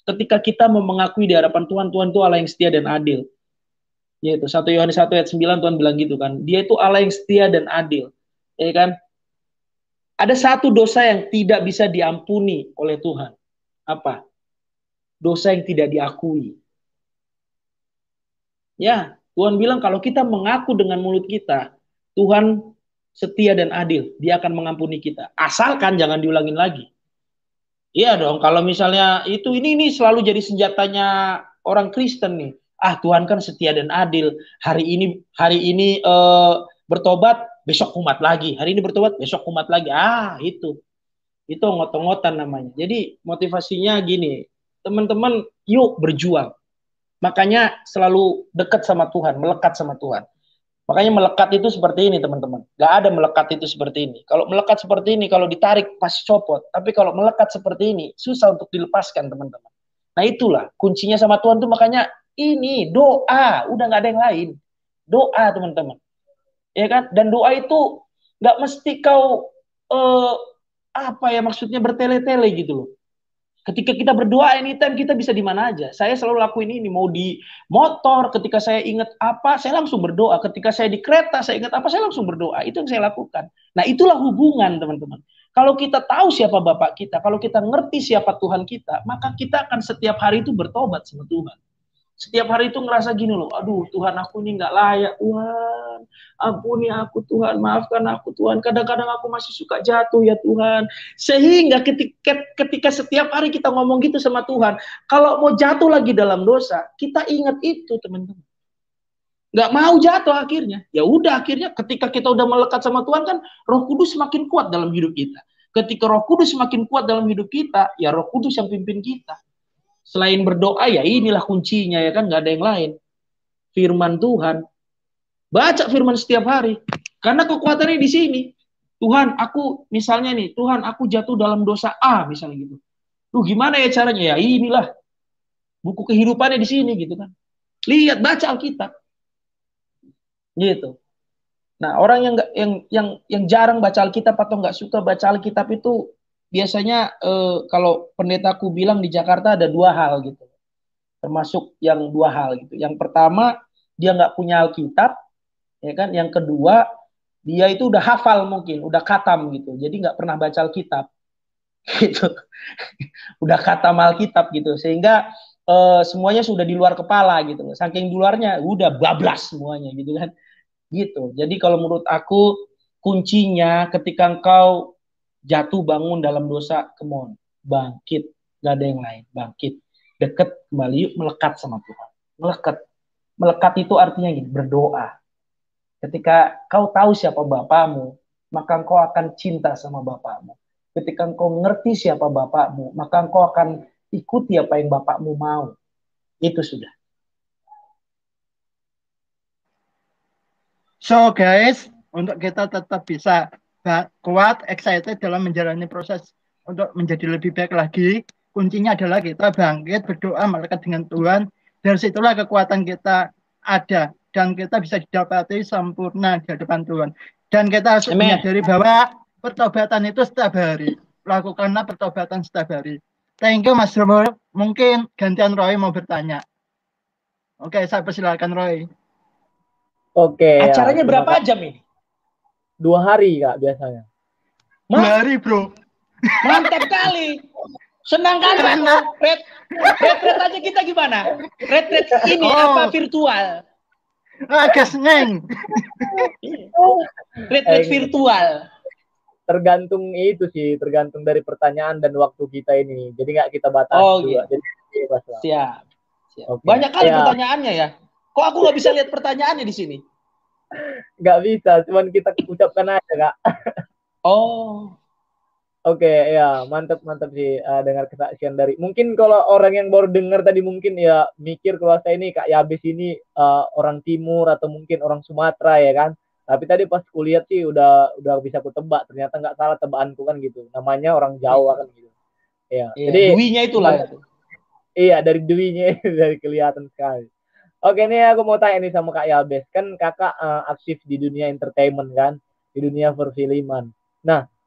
ketika kita mau mengakui di hadapan Tuhan, Tuhan itu Allah yang setia dan adil. Yaitu 1 Yohanes 1 ayat 9 Tuhan bilang gitu kan. Dia itu Allah yang setia dan adil. Ya kan? Ada satu dosa yang tidak bisa diampuni oleh Tuhan. Apa? Dosa yang tidak diakui. Ya, Tuhan bilang kalau kita mengaku dengan mulut kita, Tuhan setia dan adil. Dia akan mengampuni kita. Asalkan jangan diulangin lagi. Iya dong, kalau misalnya ini selalu jadi senjatanya orang Kristen nih. Ah, Tuhan kan setia dan adil. Hari ini bertobat, besok kumat lagi. Hari ini bertobat, besok kumat lagi. Ah, itu ngot-ngotan namanya. Jadi motivasinya gini, teman-teman, yuk berjuang. Makanya selalu dekat sama Tuhan, melekat sama Tuhan. Makanya melekat itu seperti ini, teman-teman. Gak ada melekat itu seperti ini. Kalau melekat seperti ini, kalau ditarik pasti copot. Tapi kalau melekat seperti ini, susah untuk dilepaskan, teman-teman. Nah itulah kuncinya sama Tuhan tuh, makanya ini doa, udah gak ada yang lain. Doa, teman-teman. Ya kan? Dan doa itu gak mesti kau maksudnya bertele-tele gitu loh. Ketika kita berdoa anytime kita bisa di mana aja. Saya selalu lakuin ini, mau di motor, ketika saya ingat apa, saya langsung berdoa. Ketika saya di kereta, saya ingat apa, saya langsung berdoa. Itu yang saya lakukan. Nah, itulah hubungan, teman-teman. Kalau kita tahu siapa Bapak kita, kalau kita ngerti siapa Tuhan kita, maka kita akan setiap hari itu bertobat sama Tuhan. Setiap hari itu ngerasa gini loh, aduh Tuhan aku ini nggak layak, Tuhan ampuni aku Tuhan, maafkan aku Tuhan, kadang-kadang aku masih suka jatuh ya Tuhan. Sehingga ketika setiap hari kita ngomong gitu sama Tuhan, kalau mau jatuh lagi dalam dosa, kita ingat itu teman-teman. Nggak mau jatuh akhirnya, ya udah akhirnya ketika kita udah melekat sama Tuhan kan, Roh Kudus semakin kuat dalam hidup kita. Ketika Roh Kudus semakin kuat dalam hidup kita, ya Roh Kudus yang pimpin kita. Selain berdoa ya inilah kuncinya ya kan, nggak ada yang lain. Firman Tuhan. Baca firman setiap hari. Karena kekuatannya di sini. Tuhan, aku misalnya nih, Tuhan aku jatuh dalam dosa A misalnya gitu. Tuh gimana ya caranya? Ya inilah buku kehidupannya di sini gitu kan. Lihat, baca Alkitab. Gitu. Nah, orang yang jarang baca Alkitab atau nggak suka baca Alkitab itu biasanya kalau pendetaku bilang di Jakarta ada dua hal gitu, termasuk yang dua hal gitu. Yang pertama dia nggak punya Alkitab, ya kan. Yang kedua dia itu udah hafal mungkin, udah khatam gitu, jadi nggak pernah baca Alkitab, gitu. Udah khatam Alkitab gitu, sehingga semuanya sudah di luar kepala gitu. Saking di luarnya udah bablas semuanya gitu kan. Gitu. Jadi kalau menurut aku kuncinya ketika engkau jatuh bangun dalam dosa, come on, bangkit, gak ada yang lain, bangkit, deket kembali, yuk melekat sama Tuhan, melekat itu artinya gini, berdoa. Ketika kau tahu siapa Bapamu, maka engkau akan cinta sama Bapamu. Ketika engkau ngerti siapa Bapamu, maka engkau akan ikuti apa yang Bapamu mau. Itu sudah. So guys, untuk kita tetap bisa kuat, excited dalam menjalani proses untuk menjadi lebih baik lagi, kuncinya adalah kita bangkit, berdoa, melekat dengan Tuhan. Dari situlah kekuatan kita ada dan kita bisa didapati sempurna di hadapan Tuhan. Dan kita harus menyadari bahwa pertobatan itu setiap hari. Lakukanlah pertobatan setiap hari. Thank you Mas Romo. Mungkin gantian Roy mau bertanya. Oke, saya persilakan Roy. Oke. Acaranya ya, berapa jam ini? 2 hari Kak biasanya. 2 hari bro. Mantap kali. Senang kan? Red aja kita gimana? Red ini apa virtual? Agak seneng. Red virtual. Tergantung itu sih, tergantung dari pertanyaan dan waktu kita ini. Jadi nggak kita batasi juga. Gitu. Jadi, siap. Okay. Banyak kali pertanyaannya ya. Kok aku nggak bisa lihat pertanyaannya di sini? Nggak bisa, cuman kita ucapkan aja Kak. Oh. Oke, ya mantap sih dengar kesaksian dari. Mungkin kalau orang yang baru dengar tadi mungkin ya mikir kalau saya ini Kak Yabes ini orang Timur atau mungkin orang Sumatera ya kan. Tapi tadi pas kuliah sih udah bisa aku tebak, ternyata nggak salah tebakanku kan gitu. Namanya orang Jawa kan gitu. Ya. Jadi Dwi-nya itulah. Iya, dari Dwi-nya dari kelihatan sekali. Oke, nih aku mau tanya nih sama Kak Yabes. Kan Kakak aktif di dunia entertainment kan, di dunia perfilman. Nah,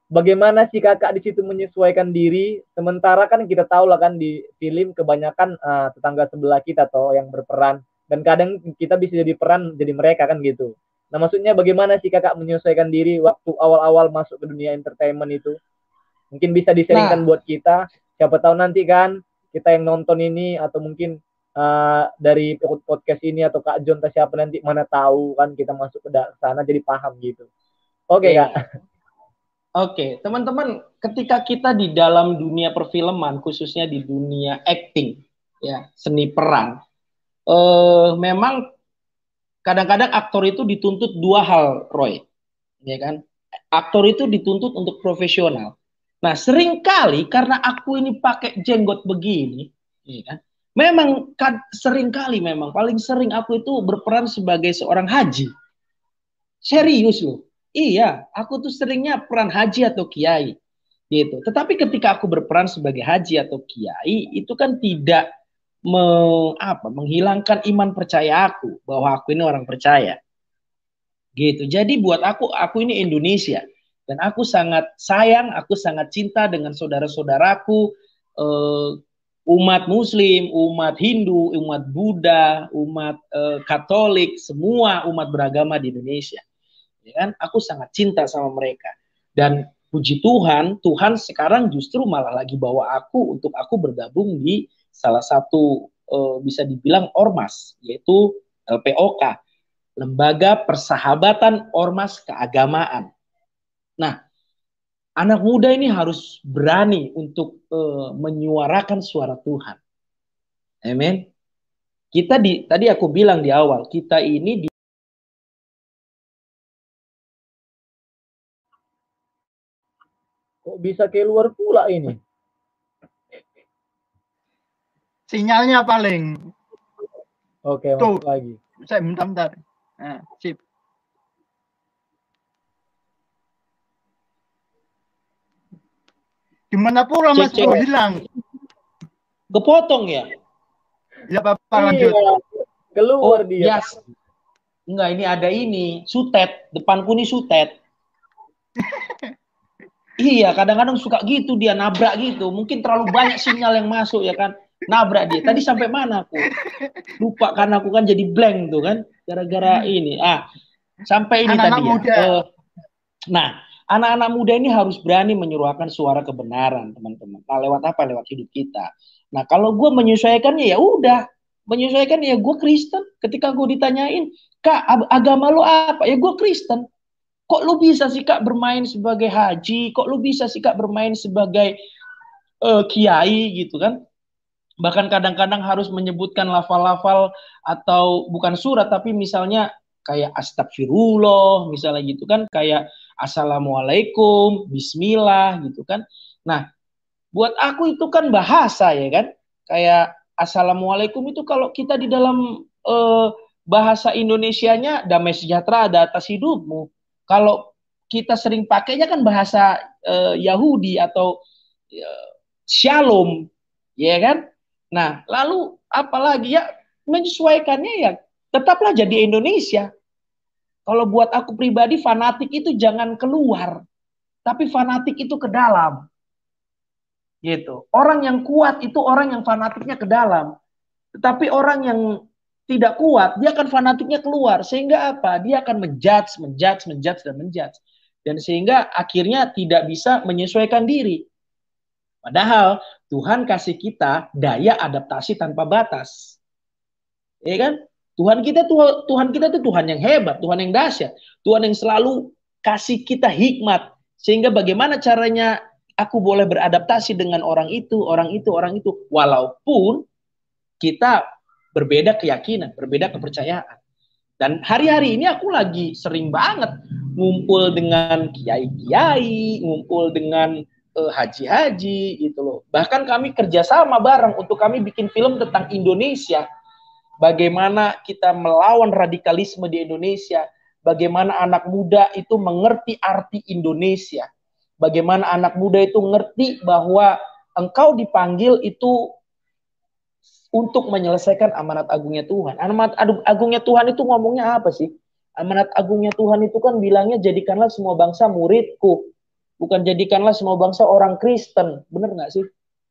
bagaimana sih kakak di situ menyesuaikan diri? Sementara kan kita tahu lah kan di film kebanyakan tetangga sebelah kita atau yang berperan, dan kadang kita bisa jadi peran jadi mereka kan gitu. Nah maksudnya bagaimana sih kakak menyesuaikan diri waktu awal-awal masuk ke dunia entertainment itu? Mungkin bisa diseringkan Nah, buat kita. Siapa tahu nanti kan kita yang nonton ini atau mungkin dari podcast ini atau Kak John atau siapa nanti mana tahu kan kita masuk ke sana jadi paham gitu. Oke Kak. ya. Oke, teman-teman, ketika kita di dalam dunia perfilman, khususnya di dunia acting, ya, seni peran, memang kadang-kadang aktor itu dituntut dua hal, Roy, ya kan? Aktor itu dituntut untuk profesional. Nah, seringkali karena aku ini pakai jenggot begini, ya kan? Memang seringkali memang paling sering aku itu berperan sebagai seorang haji. Serius loh. Iya, aku tuh seringnya peran haji atau kiai gitu. Tetapi ketika aku berperan sebagai haji atau kiai, itu kan tidak menghilangkan iman percaya aku bahwa aku ini orang percaya. Gitu. Jadi buat aku ini Indonesia dan aku sangat sayang, aku sangat cinta dengan saudara-saudaraku umat Muslim, umat Hindu, umat Buddha, umat Katolik, semua umat beragama di Indonesia. Ya kan? Aku sangat cinta sama mereka. Dan puji Tuhan, Tuhan sekarang justru malah lagi bawa aku untuk aku bergabung di salah satu bisa dibilang ormas, yaitu LPOK, Lembaga Persahabatan Ormas Keagamaan. Nah, anak muda ini harus berani untuk menyuarakan suara Tuhan. Amin. Tadi aku bilang di awal, kita ini Kok bisa keluar pula ini? Sinyalnya paling. Oke, masuk lagi. Saya bentar. Nah, sip. Gimana pula Mas Bro hilang? Kepotong ya? Ya apa lanjut. Keluar dia. Yes. Enggak, ini ada ini, sutet. Depanku ini sutet. Iya, kadang-kadang suka gitu dia nabrak gitu. Mungkin terlalu banyak sinyal yang masuk ya kan. Nabrak dia. Tadi sampai mana aku? Lupa karena aku kan jadi blank tuh kan. Gara-gara ini. Sampai ini anak-anak tadi muda. ya. Nah, anak-anak muda ini harus berani menyuarakan suara kebenaran, teman-teman. Nah, lewat apa? Lewat hidup kita. Nah, kalau gue menyesuaikannya ya udah. Menyesuaikan ya gue Kristen. Ketika gue ditanyain, Kak, agama lo apa? Ya gue Kristen. Kok lu bisa sih Kak bermain sebagai haji? Kok lu bisa sih Kak bermain sebagai kiai gitu kan? Bahkan kadang-kadang harus menyebutkan lafal-lafal atau bukan surat tapi misalnya kayak astagfirullah misalnya gitu kan, kayak assalamualaikum, bismillah gitu kan. Nah, buat aku itu kan bahasa ya kan. Kayak assalamualaikum itu kalau kita di dalam bahasa Indonesianya damai sejahtera ada atas hidupmu. Kalau kita sering pakainya kan bahasa Yahudi atau Shalom, ya kan? Nah, lalu apalagi ya menyesuaikannya ya tetaplah jadi Indonesia. Kalau buat aku pribadi fanatik itu jangan keluar, tapi fanatik itu ke dalam. Gitu. Orang yang kuat itu orang yang fanatiknya ke dalam. Tetapi orang yang tidak kuat, dia akan fanatiknya keluar. Sehingga apa? Dia akan menjudge, dan sehingga akhirnya tidak bisa menyesuaikan diri. Padahal Tuhan kasih kita daya adaptasi tanpa batas. Ya kan? Tuhan kita itu Tuhan yang hebat, Tuhan yang dahsyat, Tuhan yang selalu kasih kita hikmat. Sehingga bagaimana caranya aku boleh beradaptasi dengan orang itu. Walaupun kita berbeda keyakinan, berbeda kepercayaan. Dan hari-hari ini aku lagi sering banget ngumpul dengan kiai-kiai, ngumpul dengan haji-haji gitu loh. Bahkan kami kerjasama bareng untuk kami bikin film tentang Indonesia. Bagaimana kita melawan radikalisme di Indonesia. Bagaimana anak muda itu mengerti arti Indonesia. Bagaimana anak muda itu ngerti bahwa engkau dipanggil itu untuk menyelesaikan amanat agungnya Tuhan. Amanat agungnya Tuhan itu ngomongnya apa sih? Amanat agungnya Tuhan itu kan bilangnya jadikanlah semua bangsa muridku. Bukan jadikanlah semua bangsa orang Kristen. Bener nggak sih?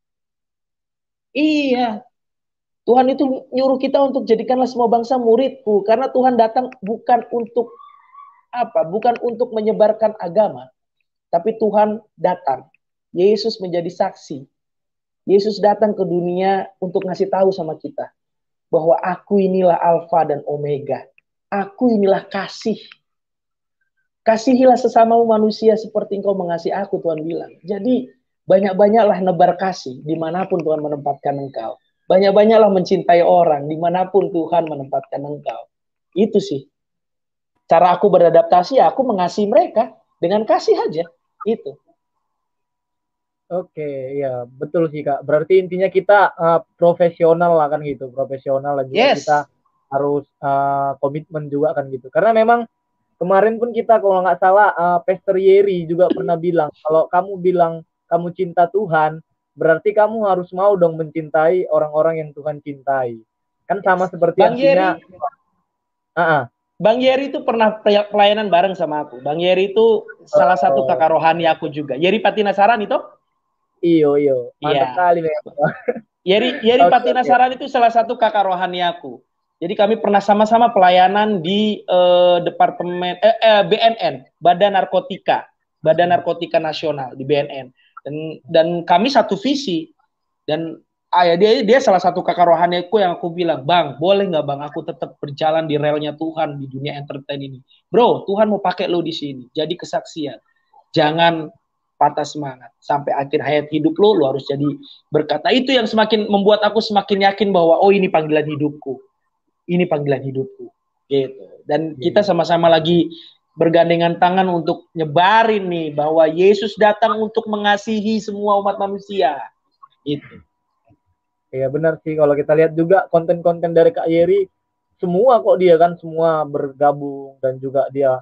Iya. Tuhan itu nyuruh kita untuk jadikanlah semua bangsa muridku. Karena Tuhan datang bukan untuk apa? Bukan untuk menyebarkan agama. Tapi Tuhan datang. Yesus menjadi saksi. Yesus datang ke dunia untuk ngasih tahu sama kita. Bahwa aku inilah Alfa dan Omega. Aku inilah kasih. Kasihilah sesamamu manusia seperti engkau mengasihi aku, Tuhan bilang. Jadi banyak-banyaklah nebar kasih dimanapun Tuhan menempatkan engkau. Banyak-banyaklah mencintai orang dimanapun Tuhan menempatkan engkau. Itu sih. Cara aku beradaptasi, aku mengasihi mereka dengan kasih aja. Itu. Oke, ya betul sih Kak. Berarti intinya kita profesional lah kan gitu, profesional dan juga kita harus komitmen juga kan gitu. Karena memang kemarin pun kita kalau nggak salah Pastor Yeri juga pernah bilang kalau kamu bilang kamu cinta Tuhan, berarti kamu harus mau dong mencintai orang-orang yang Tuhan cintai. Kan sama seperti Bang artinya. Bang Yeri itu pernah pelayanan bareng sama aku. Bang Yeri itu salah satu kakak rohani aku juga. Yeri Patinasaran itu? Iyo, mantap kali memang. Yeri Patinasaran itu salah satu kakak rohani aku. Jadi kami pernah sama-sama pelayanan di departemen BNN, Badan Narkotika Nasional di BNN. Dan kami satu visi. Dan dia salah satu kakak rohaniku yang aku bilang, Bang, boleh nggak Bang aku tetap berjalan di relnya Tuhan di dunia entertain ini. Bro, Tuhan mau pakai lo di sini. Jadi kesaksian. Jangan patah semangat. Sampai akhir hayat hidup lo harus jadi berkata. Itu yang semakin membuat aku semakin yakin bahwa oh ini panggilan hidupku. Ini panggilan hidupku. Gitu. Dan kita sama-sama lagi bergandengan tangan untuk nyebarin nih bahwa Yesus datang untuk mengasihi semua umat manusia. Itu. Ya benar sih, kalau kita lihat juga konten-konten dari Kak Yeri, semua kok dia kan semua bergabung dan juga dia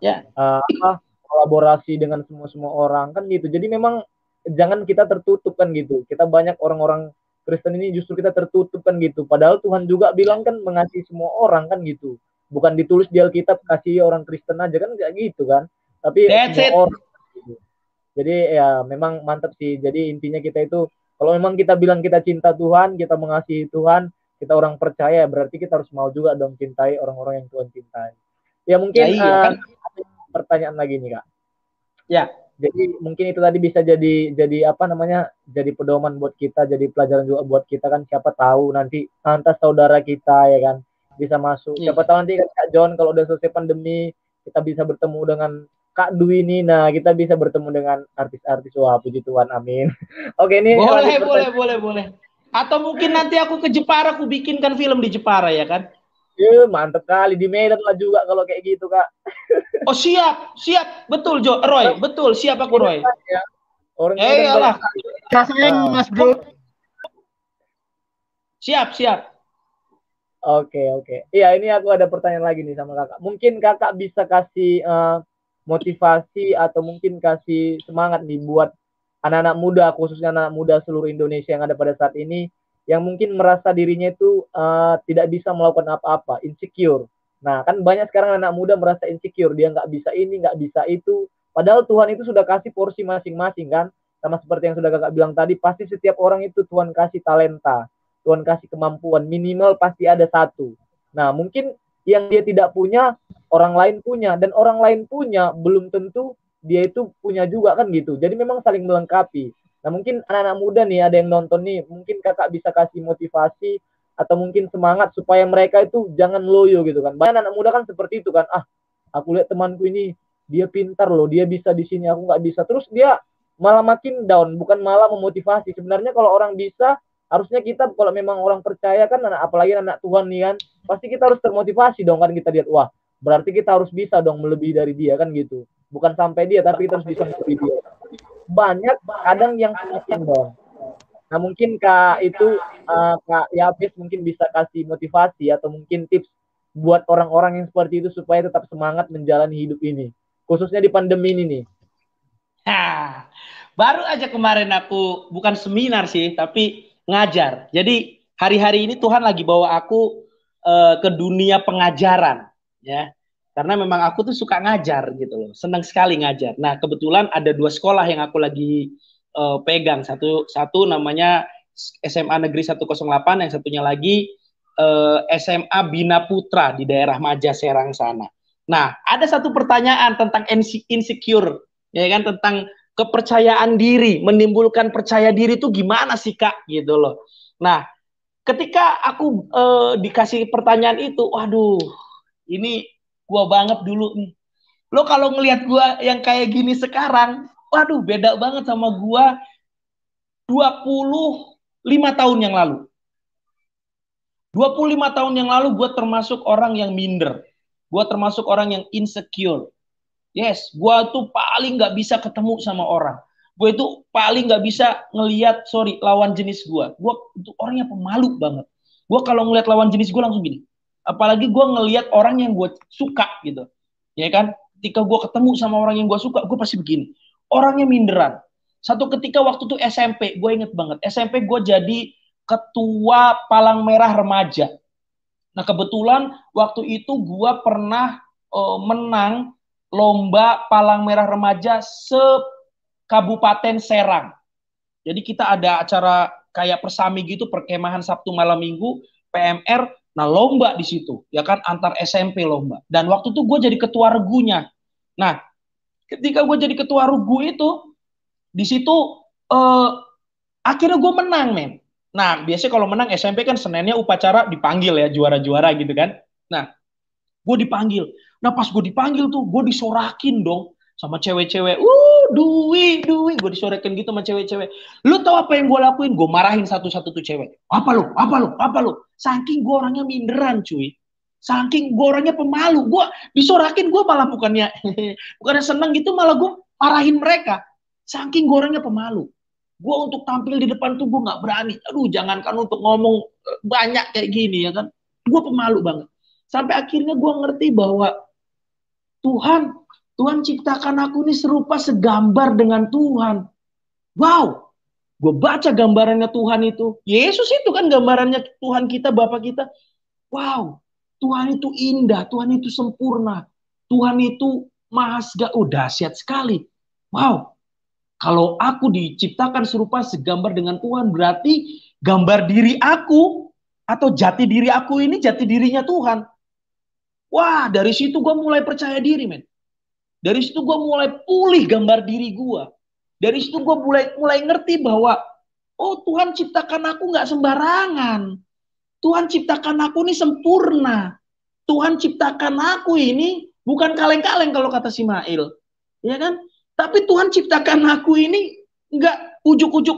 kolaborasi dengan semua orang kan gitu. Jadi memang jangan kita tertutup kan gitu. Kita banyak orang-orang Kristen ini justru kita tertutup kan gitu. Padahal Tuhan juga bilang kan mengasihi semua orang kan gitu. Bukan ditulis di Alkitab kasih orang Kristen aja kan kayak gitu kan. Tapi semua orang. Gitu. Jadi ya memang mantap sih. Jadi intinya kita itu kalau memang kita bilang kita cinta Tuhan, kita mengasihi Tuhan, kita orang percaya, berarti kita harus mau juga dong cintai orang-orang yang Tuhan cintai. Ya mungkin kan? Pertanyaan lagi nih Kak. Ya. Jadi mungkin itu tadi bisa jadi apa namanya, jadi pedoman buat kita, jadi pelajaran juga buat kita kan. Siapa tahu nanti lantas saudara kita ya kan bisa masuk. Siapa tahu nanti Kak John kalau udah selesai pandemi kita bisa bertemu dengan Kak Dwi ini, nah kita bisa bertemu dengan artis-artis. Wah puji Tuhan, amin. Oke ini boleh. Atau mungkin nanti aku ke Jepara, aku bikinkan film di Jepara ya kan? Ya mantep kali, di Medan lah juga kalau kayak gitu Kak. Oh siap, betul Roy, betul siap aku Roy. Ya. Orang iyalah. Kasih Mas Bro. Siap. Oke. Iya ini aku ada pertanyaan lagi nih sama Kakak. Mungkin Kakak bisa kasih motivasi atau mungkin kasih semangat nih buat anak-anak muda, khususnya anak muda seluruh Indonesia yang ada pada saat ini, yang mungkin merasa dirinya itu tidak bisa melakukan apa-apa, insecure. Nah kan banyak sekarang anak muda merasa insecure, dia nggak bisa ini, nggak bisa itu, padahal Tuhan itu sudah kasih porsi masing-masing kan, sama seperti yang sudah Kakak bilang tadi, pasti setiap orang itu Tuhan kasih talenta, Tuhan kasih kemampuan, minimal pasti ada satu. Nah mungkin yang dia tidak punya, orang lain punya, dan orang lain punya belum tentu dia itu punya juga kan gitu. Jadi memang saling melengkapi. Nah mungkin anak-anak muda nih ada yang nonton nih, mungkin Kakak bisa kasih motivasi atau mungkin semangat supaya mereka itu jangan loyo gitu kan. Banyak anak muda kan seperti itu kan, aku lihat temanku ini dia pintar loh, dia bisa di sini, aku nggak bisa. Terus dia malah makin down, bukan malah memotivasi. Sebenarnya kalau orang bisa, harusnya kita kalau memang orang percaya kan, apalagi anak Tuhan nih kan, pasti kita harus termotivasi dong kan, kita lihat wah berarti kita harus bisa dong melebihi dari dia kan gitu. Bukan sampai dia, tapi kita harus bisa melebihi dia. Banyak kadang yang semakin dong. Nah mungkin Kak itu Kak Yabes mungkin bisa kasih motivasi atau mungkin tips buat orang-orang yang seperti itu supaya tetap semangat menjalani hidup ini, khususnya di pandemi ini nih. Baru aja kemarin aku bukan seminar sih, tapi ngajar. Jadi hari-hari ini Tuhan lagi bawa aku ke dunia pengajaran, ya. Karena memang aku tuh suka ngajar gitu loh, senang sekali ngajar. Nah kebetulan ada 2 sekolah yang aku lagi pegang. Satu namanya SMA Negeri 108, yang satunya lagi SMA Bina Putra di daerah Maja Serang sana. Nah ada satu pertanyaan tentang insecure, ya kan, tentang kepercayaan diri, menimbulkan percaya diri itu gimana sih Kak gitu loh. Nah ketika aku dikasih pertanyaan itu, waduh, ini gua banget dulu nih. Lo kalau ngelihat gua yang kayak gini sekarang, waduh, beda banget sama gua 25 tahun yang lalu. 25 tahun yang lalu gua termasuk orang yang minder. Gua termasuk orang yang insecure. Yes, gua tuh paling nggak bisa ketemu sama orang. Gue itu paling nggak bisa ngelihat, lawan jenis gue. Gue itu orangnya pemalu banget. Gue kalau ngelihat lawan jenis gue langsung gini. Apalagi gue ngelihat orang yang gue suka gitu. Ya kan? Ketika gue ketemu sama orang yang gue suka, gue pasti begini. Orangnya minderan. Satu ketika waktu itu SMP, gue inget banget. SMP gue jadi ketua Palang Merah Remaja. Nah kebetulan waktu itu gue pernah menang lomba Palang Merah Remaja se-Kabupaten Serang. Jadi kita ada acara kayak persami gitu, perkemahan Sabtu malam Minggu, PMR, nah lomba di situ, ya kan, antar SMP lomba. Dan waktu itu gue jadi ketua regunya. Nah, ketika gue jadi ketua regu itu, di situ akhirnya gue menang, men. Nah, biasanya kalau menang SMP kan Seninnya upacara dipanggil ya, juara-juara gitu kan. Nah, gue dipanggil. Nah pas gue dipanggil tuh, gue disorakin dong sama cewek-cewek. Dwi. Gue disorakin gitu sama cewek-cewek. Lu tau apa yang gue lakuin? Gue marahin satu-satu tuh cewek. Apa lu? Saking gue orangnya minderan cuy. Saking gue orangnya pemalu. Gue disorakin, gue malah bukannya seneng gitu, malah gue marahin mereka. Saking gue orangnya pemalu. Gue untuk tampil di depan tuh gue gak berani. Aduh, jangankan untuk ngomong banyak kayak gini ya kan. Gue pemalu banget. Sampai akhirnya gue ngerti bahwa Tuhan ciptakan aku ini serupa segambar dengan Tuhan. Wow, gue baca gambarannya Tuhan itu. Yesus itu kan gambarannya Tuhan kita, Bapa kita. Wow, Tuhan itu indah, Tuhan itu sempurna. Tuhan itu dahsyat sekali. Wow, kalau aku diciptakan serupa segambar dengan Tuhan, berarti gambar diri aku atau jati diri aku ini jati dirinya Tuhan. Wah, dari situ gue mulai percaya diri, men. Dari situ gue mulai pulih gambar diri gue. Dari situ gue mulai ngerti bahwa, oh Tuhan ciptakan aku gak sembarangan. Tuhan ciptakan aku ini sempurna. Tuhan ciptakan aku ini bukan kaleng-kaleng kalau kata si Mail. Ya kan? Tapi Tuhan ciptakan aku ini gak ujuk-ujuk.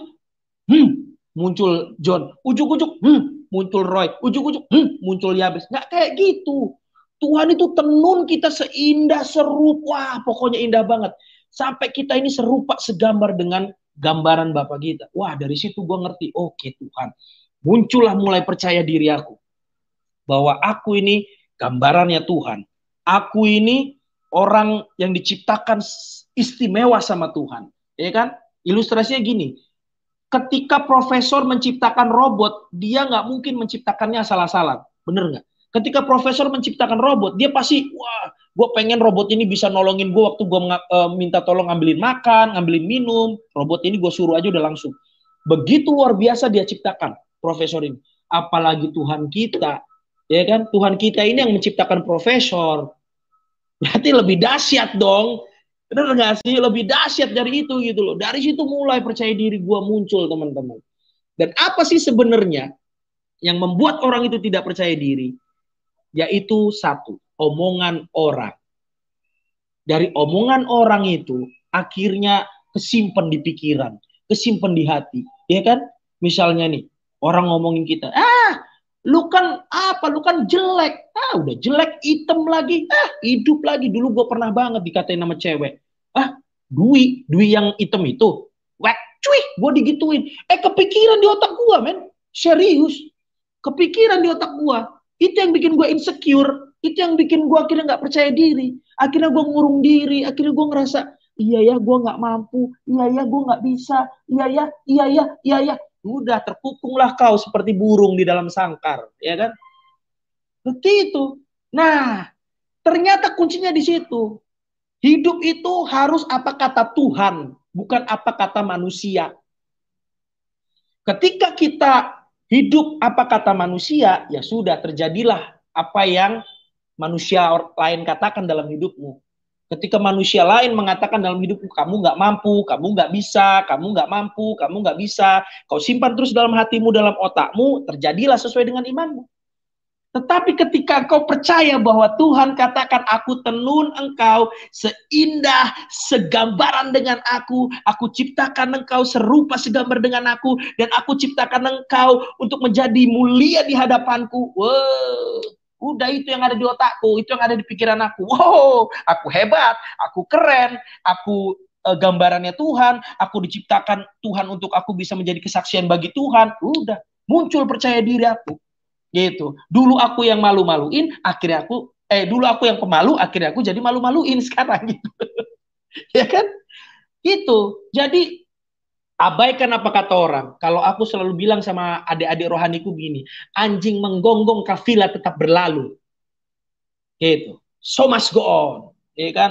Muncul John. Ujuk-ujuk. Muncul Roy. Ujuk-ujuk. Muncul Yabes. Gak kayak gitu. Tuhan itu tenun kita seindah, serupa, pokoknya indah banget. Sampai kita ini serupa, segambar dengan gambaran Bapa kita. Wah, dari situ gue ngerti, oke Tuhan. Muncullah mulai percaya diri aku. Bahwa aku ini gambarannya Tuhan. Aku ini orang yang diciptakan istimewa sama Tuhan. Ya kan? Ilustrasinya gini. Ketika profesor menciptakan robot, dia nggak mungkin menciptakannya asal-asalan. Bener nggak? Ketika profesor menciptakan robot, dia pasti, wah, gue pengen robot ini bisa nolongin gue waktu gue minta tolong ngambilin makan, ngambilin minum. Robot ini gue suruh aja udah langsung. Begitu luar biasa dia ciptakan profesor ini. Apalagi Tuhan kita, ya kan? Tuhan kita ini yang menciptakan profesor. Berarti lebih dahsyat dong. Benar nggak sih? Lebih dahsyat dari itu gitu loh. Dari situ mulai percaya diri gue muncul, teman-teman. Dan apa sih sebenarnya yang membuat orang itu tidak percaya diri? Yaitu satu, omongan orang. Dari omongan orang itu akhirnya kesimpan di pikiran, kesimpan di hati, ya kan? Misalnya nih, orang ngomongin kita, lu kan apa? Lu kan jelek. Udah jelek, hitam lagi. Hidup lagi. Dulu gue pernah banget dikatain nama cewek. Dwi yang hitam itu. Wek, cuy, gue digituin. Kepikiran di otak gue, men. Serius. Kepikiran di otak gue. Itu yang bikin gue insecure. Itu yang bikin gue akhirnya gak percaya diri. Akhirnya gue ngurung diri. Akhirnya gue ngerasa, iya ya gue gak mampu. Iya ya gue gak bisa. Iya ya. Udah terkukunglah kau seperti burung di dalam sangkar. Ya kan? Seperti itu. Nah, Ternyata kuncinya di situ. Hidup itu harus apa kata Tuhan, bukan apa kata manusia. Ketika kita hidup apa kata manusia, ya sudah terjadilah apa yang manusia lain katakan dalam hidupmu. Ketika manusia lain mengatakan dalam hidupmu, kamu nggak mampu, kamu nggak bisa, kamu nggak mampu, kamu nggak bisa, kau simpan terus dalam hatimu, dalam otakmu, terjadilah sesuai dengan imanmu. Tetapi ketika kau percaya bahwa Tuhan katakan, aku tenun engkau seindah segambaran dengan aku ciptakan engkau serupa segambar dengan aku, dan aku ciptakan engkau untuk menjadi mulia di hadapanku. Wow, udah itu yang ada di otakku, itu yang ada di pikiran aku. Wow, aku hebat, aku keren, aku gambarannya Tuhan, aku diciptakan Tuhan untuk aku bisa menjadi kesaksian bagi Tuhan. Udah, muncul percaya diri aku. Gitu. Dulu aku yang malu-maluin, akhirnya dulu aku yang pemalu, akhirnya aku jadi malu-maluin sekarang gitu. Ya kan? Gitu. Jadi abaikan apa kata orang. Kalau aku selalu bilang sama adik-adik rohaniku gini, anjing menggonggong kafilah tetap berlalu. Gitu. So must go on. Ya kan?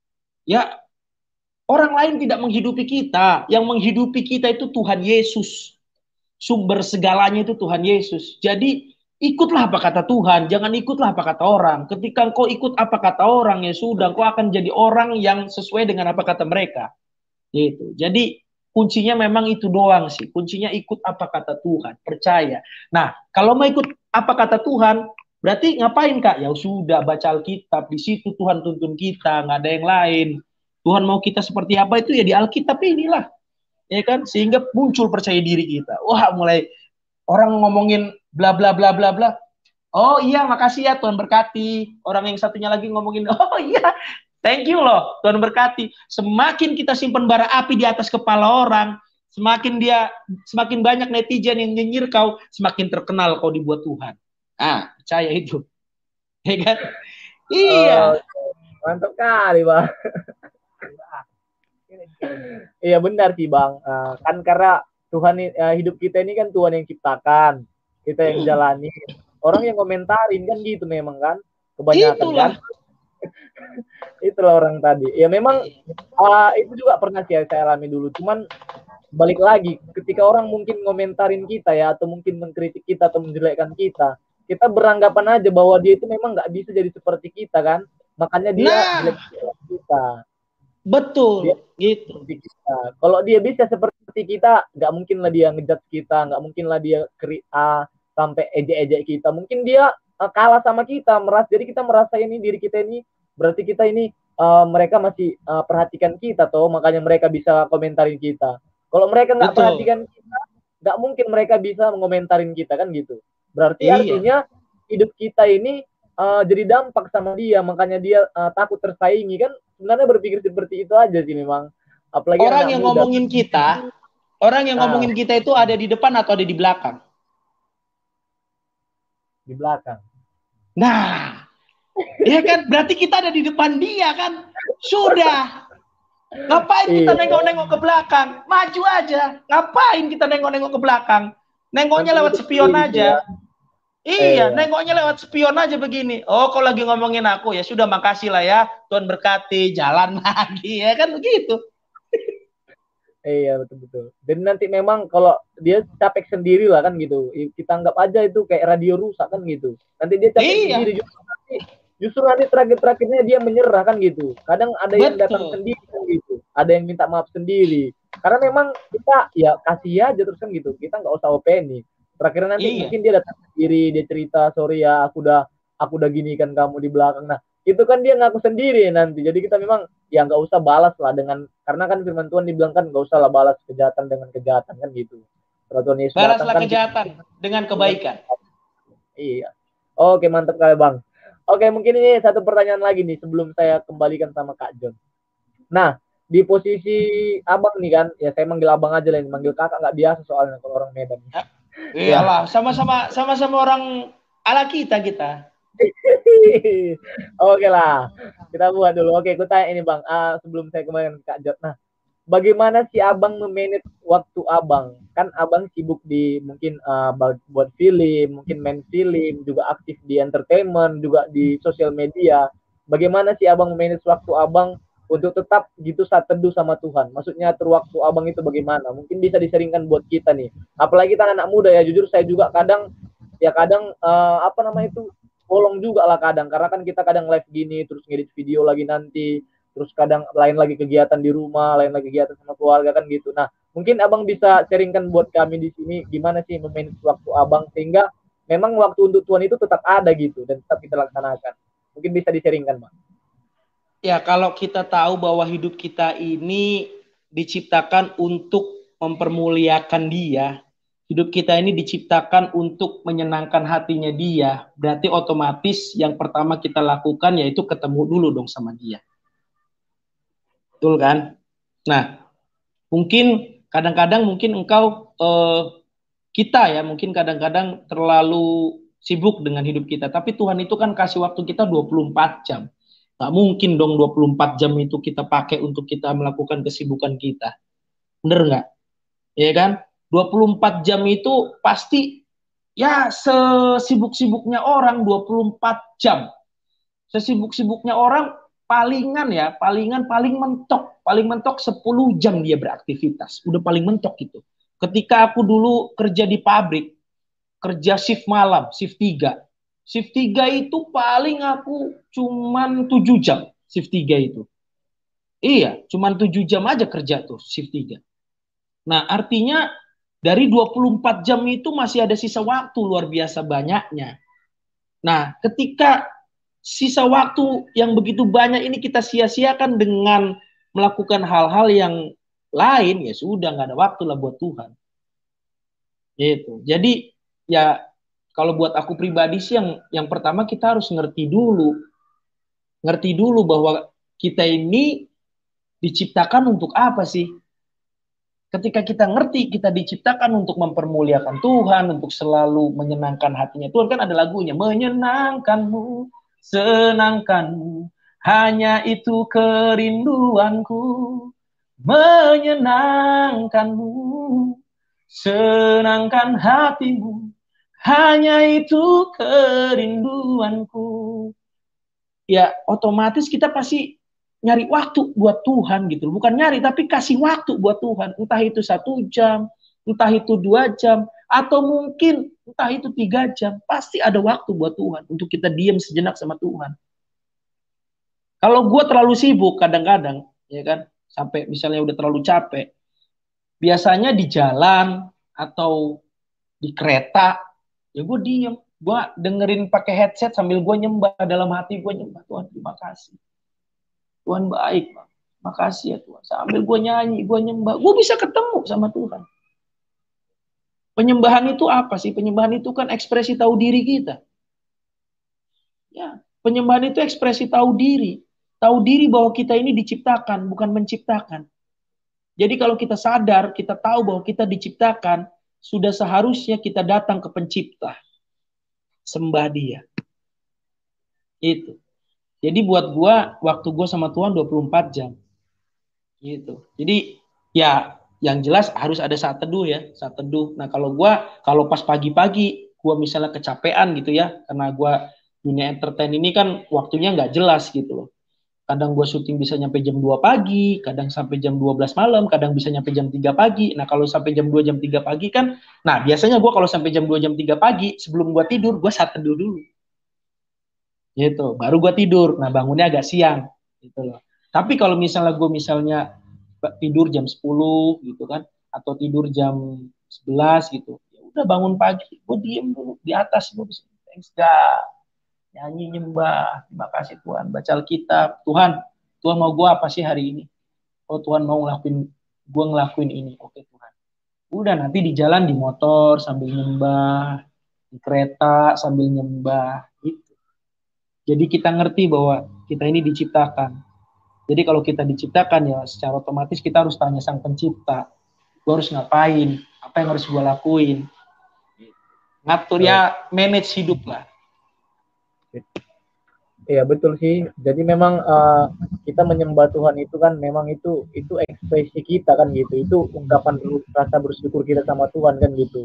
Ya, orang lain tidak menghidupi kita. Yang menghidupi kita itu Tuhan Yesus. Sumber segalanya itu Tuhan Yesus. Jadi ikutlah apa kata Tuhan, jangan ikutlah apa kata orang. Ketika engkau ikut apa kata orang, ya sudah, engkau akan jadi orang yang sesuai dengan apa kata mereka. Gitu. Jadi kuncinya memang itu doang sih. Kuncinya ikut apa kata Tuhan, percaya. Nah, kalau mau ikut apa kata Tuhan, berarti ngapain Kak? Ya sudah, baca Alkitab, di situ Tuhan tuntun kita, nggak ada yang lain. Tuhan mau kita seperti apa itu ya di Alkitab inilah. Ya kan? Sehingga muncul percaya diri kita. Wah, mulai orang ngomongin bla bla bla bla bla. Oh iya, makasih ya, Tuhan berkati. Orang yang satunya lagi ngomongin, oh iya, thank you loh, Tuhan berkati. Semakin kita simpan bara api di atas kepala orang, semakin banyak netizen yang nyinyir kau, semakin terkenal kau dibuat Tuhan. Ah, percaya itu. Ya kan? Iya. Mantap kali, Bang. Iya benar sih, Bang. Kan karena Tuhan hidup kita ini kan Tuhan yang ciptakan, kita yang jalani. Orang yang komentarin kan gitu memang kan, kebanyakan Itulah. kan. Itulah orang tadi. Ya memang itu juga pernah sih saya alami dulu. Cuman balik lagi, ketika orang mungkin ngomentarin kita ya, atau mungkin mengkritik kita atau menjelekkan kita beranggapan aja bahwa dia itu memang nggak bisa jadi seperti kita kan. Makanya dia jelek kita. Betul, dia, gitu. Kalau dia bisa seperti kita, nggak mungkin lah dia ngejat kita, nggak mungkin lah dia sampai ejek-ejek kita. Mungkin dia kalah sama kita, jadi kita merasa ini diri kita ini, berarti kita ini mereka masih perhatikan kita toh, makanya mereka bisa komentarin kita. Kalau mereka nggak perhatikan kita, nggak mungkin mereka bisa mengomentarin kita kan gitu. Berarti artinya hidup kita ini jadi dampak sama dia, makanya dia takut tersaingi kan. Sebenarnya berpikir seperti itu aja sih memang. Apalagi orang yang ngomongin kita, ngomongin kita itu ada di depan atau ada di belakang? Di belakang. Nah, ya kan, berarti kita ada di depan dia kan? Sudah. Ngapain kita nengok-nengok ke belakang? Maju aja. Ngapain kita nengok-nengok ke belakang? Nengoknya lewat spion aja. Iya, nengoknya lewat spion aja begini. Oh, kalau lagi ngomongin aku, ya sudah, makasih lah ya. Tuhan berkati, jalan lagi. Ya kan begitu. Iya, betul-betul. Dan nanti memang kalau dia capek sendiri lah kan gitu. Kita anggap aja itu kayak radio rusak kan gitu. Nanti dia capek sendiri. Justru nanti terakhir-terakhirnya dia menyerah kan gitu. Kadang ada yang datang sendiri kan gitu. Ada yang minta maaf sendiri. Karena memang kita ya kasih aja terus kan gitu. Kita nggak usah openi. Terakhir nanti mungkin dia datang sendiri, dia cerita, sorry ya, aku udah gini kan kamu di belakang. Nah, itu kan dia ngaku sendiri nanti. Jadi kita memang ya nggak usah balas lah karena kan firman Tuhan dibilang kan nggak usah lah balas kejahatan dengan kejahatan kan gitu. Tuhan Yesus balaslah kejahatan dengan kebaikan. Iya. Oke, mantap kali Bang. Oke, mungkin ini satu pertanyaan lagi nih sebelum saya kembalikan sama Kak John. Nah, di posisi abang nih kan, ya saya manggil abang aja lah, manggil kakak nggak biasa soalnya kalau orang Medan. Iyalah, sama-sama orang ala kita. Oke lah, kita buat dulu. Oke, aku tanya ini Bang, sebelum saya kembali ke Kak Jod. Nah, bagaimana si abang memanage waktu abang? Kan abang sibuk di mungkin buat film, mungkin main film, juga aktif di entertainment, juga di sosial media. bagaimana sih abang manage waktu abang untuk tetap gitu saat teduh sama Tuhan? Maksudnya atur waktu abang itu bagaimana? Mungkin bisa diseringkan buat kita nih. Apalagi kita anak muda ya, jujur saya juga kadang apa namanya itu bolong juga lah kadang, karena kan kita kadang live gini terus ngedit video lagi nanti, terus kadang lain lagi kegiatan di rumah, lain lagi kegiatan sama keluarga kan gitu. Nah, mungkin abang bisa sharingkan buat kami di sini gimana sih memanage waktu abang sehingga memang waktu untuk Tuhan itu tetap ada gitu dan tetap kita laksanakan. Mungkin bisa di-sharingkan, Bang. Ya, kalau kita tahu bahwa hidup kita ini diciptakan untuk mempermuliakan Dia, hidup kita ini diciptakan untuk menyenangkan hatinya Dia, berarti otomatis yang pertama kita lakukan yaitu ketemu dulu dong sama Dia. Betul kan? Nah, mungkin kadang-kadang mungkin engkau kita ya mungkin kadang-kadang terlalu sibuk dengan hidup kita, tapi Tuhan itu kan kasih waktu kita 24 jam. Nggak mungkin dong 24 jam itu kita pakai untuk kita melakukan kesibukan kita. Bener nggak? Ya kan? 24 jam itu pasti ya sesibuk-sibuknya orang 24 jam. Sesibuk-sibuknya orang paling mentok 10 jam dia beraktivitas. Udah paling mentok gitu. Ketika aku dulu kerja di pabrik, kerja shift malam, shift 3. Shift 3 itu paling aku cuman 7 jam shift 3 itu. Iya, cuman 7 jam aja kerja tuh shift 3. Nah, artinya dari 24 jam itu masih ada sisa waktu luar biasa banyaknya. Nah, ketika sisa waktu yang begitu banyak ini kita sia-siakan dengan melakukan hal-hal yang lain, ya sudah nggak ada waktu lah buat Tuhan. Gitu. Jadi ya kalau buat aku pribadi sih yang pertama kita harus ngerti dulu bahwa kita ini diciptakan untuk apa sih? Ketika kita ngerti kita diciptakan untuk mempermuliakan Tuhan, untuk selalu menyenangkan hatinya Tuhan, kan ada lagunya, menyenangkanmu, senangkanmu, hanya itu kerinduanku, menyenangkanmu, senangkan hatimu, hanya itu kerinduanku. Ya otomatis kita pasti nyari waktu buat Tuhan gitu. Bukan nyari tapi kasih waktu buat Tuhan. Entah itu 1 jam, entah itu 2 jam, atau mungkin entah itu 3 jam. Pasti ada waktu buat Tuhan untuk kita diam sejenak sama Tuhan. Kalau gue terlalu sibuk kadang-kadang, ya kan, sampai misalnya udah terlalu capek, biasanya di jalan atau di kereta, ya gue diem, gue dengerin pakai headset sambil gue nyembah, dalam hati gue nyembah, Tuhan terima kasih, Tuhan baik, Bang. Makasih ya Tuhan, sambil gue nyanyi, gue nyembah, gue bisa ketemu sama Tuhan. Penyembahan itu apa sih? Penyembahan itu kan ekspresi tahu diri kita. Ya, penyembahan itu ekspresi tahu diri bahwa kita ini diciptakan, bukan menciptakan. Jadi kalau kita sadar, kita tahu bahwa kita diciptakan, sudah seharusnya kita datang ke pencipta. Sembah dia. Itu. Jadi buat gua, waktu gua sama Tuhan 24 jam. Gitu. Jadi ya yang jelas harus ada saat teduh ya, saat teduh. Nah kalau pas pagi-pagi, gua misalnya kecapean gitu ya, karena gua dunia entertain ini kan waktunya nggak jelas gitu loh. Kadang gue syuting bisa nyampe jam 2 pagi, kadang sampai jam 12 malam, kadang bisa nyampe jam 3 pagi. Nah, kalau sampai jam 2, jam 3 pagi kan, nah biasanya gue kalau sampai jam 2, jam 3 pagi, sebelum gue tidur, gue saat teduh dulu. Gitu, baru gue tidur. Nah, bangunnya agak siang. Gitu loh. Tapi kalau misalnya gue tidur jam 10 gitu kan, atau tidur jam 11 gitu, ya udah bangun pagi, gue diem dulu di atas, gue bisa, thanks God. Nyanyi, nyembah, terima kasih Tuhan, baca Alkitab, Tuhan mau gue apa sih hari ini? Oh Tuhan mau gue ngelakuin ini, oke Tuhan. Udah nanti di jalan, di motor sambil nyembah, di kereta sambil nyembah, gitu. Jadi kita ngerti bahwa kita ini diciptakan. Jadi kalau kita diciptakan ya secara otomatis kita harus tanya sang pencipta, gue harus ngapain, apa yang harus gue lakuin. Ngatur ya, manage hidup lah. Iya betul sih. Jadi memang kita menyembah Tuhan itu kan memang itu ekspresi kita kan gitu. Itu ungkapan rasa bersyukur kita sama Tuhan kan gitu.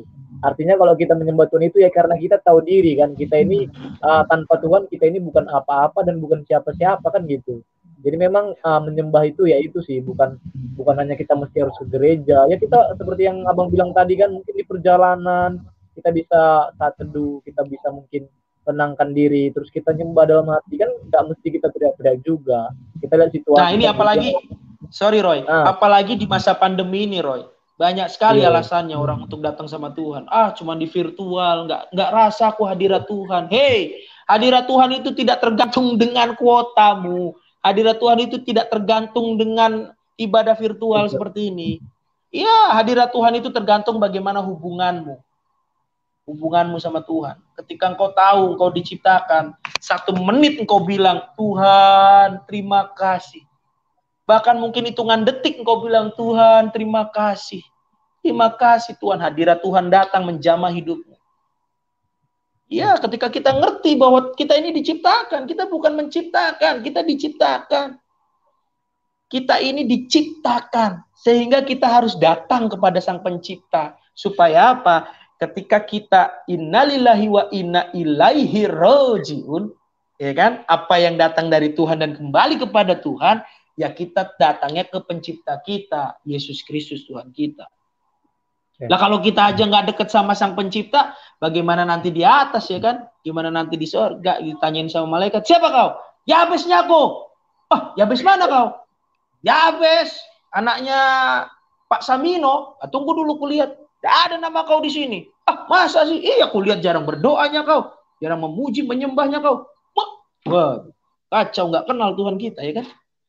Artinya kalau kita menyembah Tuhan itu ya karena kita tahu diri kan, kita ini tanpa Tuhan kita ini bukan apa-apa dan bukan siapa-siapa kan gitu. Jadi memang menyembah itu ya itu sih, bukan hanya kita mesti harus ke gereja. Ya kita seperti yang Abang bilang tadi kan, mungkin di perjalanan kita bisa saat teduh, kita bisa mungkin tenangkan diri, terus kita nyembah dalam hati kan, nggak mesti kita teriak-teriak juga. Kita lihat situasi. Nah ini apalagi, sorry Roy, apalagi di masa pandemi ini Roy, banyak sekali alasannya orang untuk datang sama Tuhan. Cuma di virtual, nggak rasa aku hadirat Tuhan. Hey, hadirat Tuhan itu tidak tergantung dengan kuotamu. Hadirat Tuhan itu tidak tergantung dengan ibadah virtual seperti ini. Iya, hadirat Tuhan itu tergantung bagaimana hubunganmu sama Tuhan. Ketika engkau tahu engkau diciptakan, 1 menit engkau bilang, Tuhan terima kasih. Bahkan mungkin hitungan detik engkau bilang, Tuhan terima kasih. Terima kasih Tuhan, hadirat Tuhan datang menjamah hidupmu. Ya, ketika kita ngerti bahwa kita ini diciptakan, kita bukan menciptakan, kita diciptakan. Kita ini diciptakan, sehingga kita harus datang kepada Sang Pencipta. Supaya apa? Ketika kita innalillahi wa inna ilaihi rajiun, ya kan? Apa yang datang dari Tuhan dan kembali kepada Tuhan, ya kita datangnya ke Pencipta kita, Yesus Kristus Tuhan kita. Lah kalau kita aja nggak deket sama Sang Pencipta, bagaimana nanti di atas ya kan? Gimana nanti di sorga? Ditanyain sama malaikat, siapa kau? Yabesnya aku. Yabes mana kau? Yabes, anaknya Pak Samino. Tunggu dulu kulihat. Tidak ada nama kau di sini. Masa sih? Iya, kulihat jarang berdoanya kau, jarang memuji menyembahnya kau. Wah, kacau, nggak kenal Tuhan kita ya kan?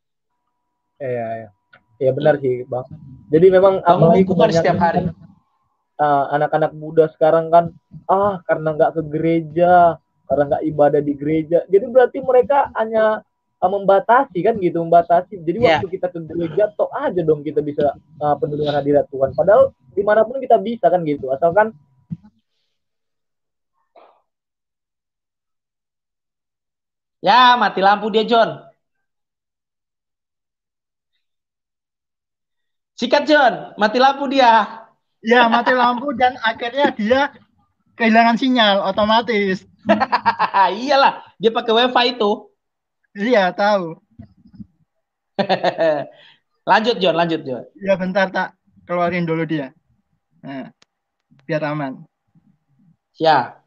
Iya benar sih Bang. Jadi memang apalagi setiap hari. Anak-anak muda sekarang kan karena nggak ke gereja, karena nggak ibadah di gereja, jadi berarti mereka hanya membatasi kan gitu, jadi waktu kita ke gereja tok aja dong kita bisa penuh dengan hadirat Tuhan, padahal dimanapun kita bisa kan gitu, asalkan ya mati lampu dia John. Sikat John, mati lampu dia. Ya, mati lampu dan akhirnya dia kehilangan sinyal otomatis. Iyalah, dia pakai wifi itu. Iya, tahu. Lanjut John. Ya, bentar tak keluarin dulu dia. Nah, biar aman. Ya.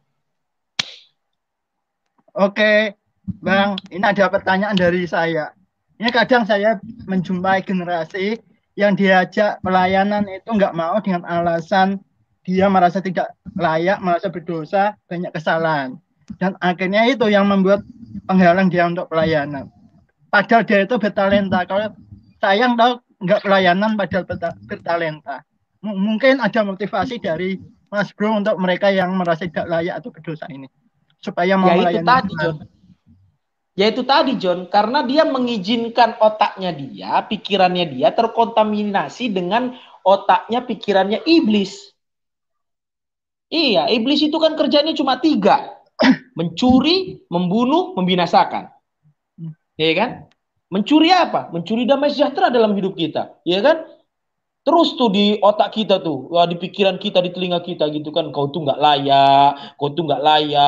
Oke, Bang, ini ada pertanyaan dari saya. Ini kadang saya menjumpai generasi yang diajak pelayanan itu nggak mau dengan alasan dia merasa tidak layak, merasa berdosa, banyak kesalahan. Dan akhirnya itu yang membuat penghalang dia untuk pelayanan. Padahal dia itu bertalenta. Kalau sayang tahu nggak pelayanan padahal bertalenta. Mungkin ada motivasi dari Mas Bro untuk mereka yang merasa tidak layak atau berdosa ini. Supaya mau melayani. Ya itu tadi John, karena dia mengizinkan otaknya dia, pikirannya dia terkontaminasi dengan otaknya, pikirannya iblis. Iya, iblis itu kan kerjanya cuma 3. Mencuri, membunuh, membinasakan. Iya kan? Mencuri apa? Mencuri damai sejahtera dalam hidup kita. Iya kan? Terus tuh di otak kita tuh, di pikiran kita, di telinga kita gitu kan, kau tuh nggak layak, kau tuh nggak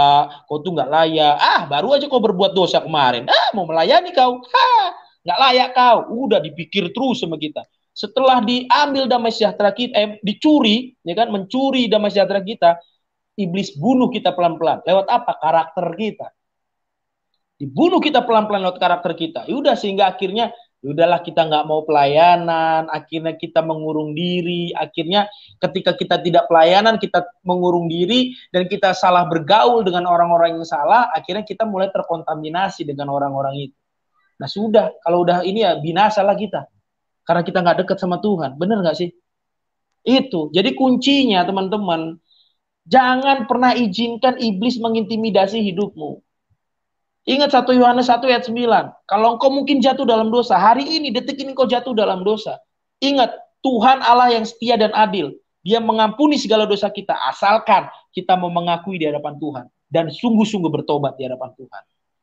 layak. Baru aja kau berbuat dosa kemarin. Mau melayani kau, nggak layak kau. Udah dipikir terus sama kita. Setelah diambil damai sejahtera kita, dicuri, ya kan, mencuri damai sejahtera kita, iblis bunuh kita pelan-pelan. Lewat apa? Karakter kita. Dibunuh kita pelan-pelan lewat karakter kita. Udah sehingga akhirnya udahlah kita nggak mau pelayanan, akhirnya kita mengurung diri, akhirnya ketika kita tidak pelayanan kita mengurung diri dan kita salah bergaul dengan orang-orang yang salah, akhirnya kita mulai terkontaminasi dengan orang-orang itu. Nah sudah, kalau udah ini ya binasalah kita, karena kita nggak dekat sama Tuhan, bener nggak sih? Itu, jadi kuncinya teman-teman, jangan pernah izinkan iblis mengintimidasi hidupmu. Ingat 1 Yohanes 1 ayat 9. Kalau engkau mungkin jatuh dalam dosa, hari ini, detik ini engkau jatuh dalam dosa. Ingat, Tuhan Allah yang setia dan adil. Dia mengampuni segala dosa kita, asalkan kita mau mengakui di hadapan Tuhan. Dan sungguh-sungguh bertobat di hadapan Tuhan.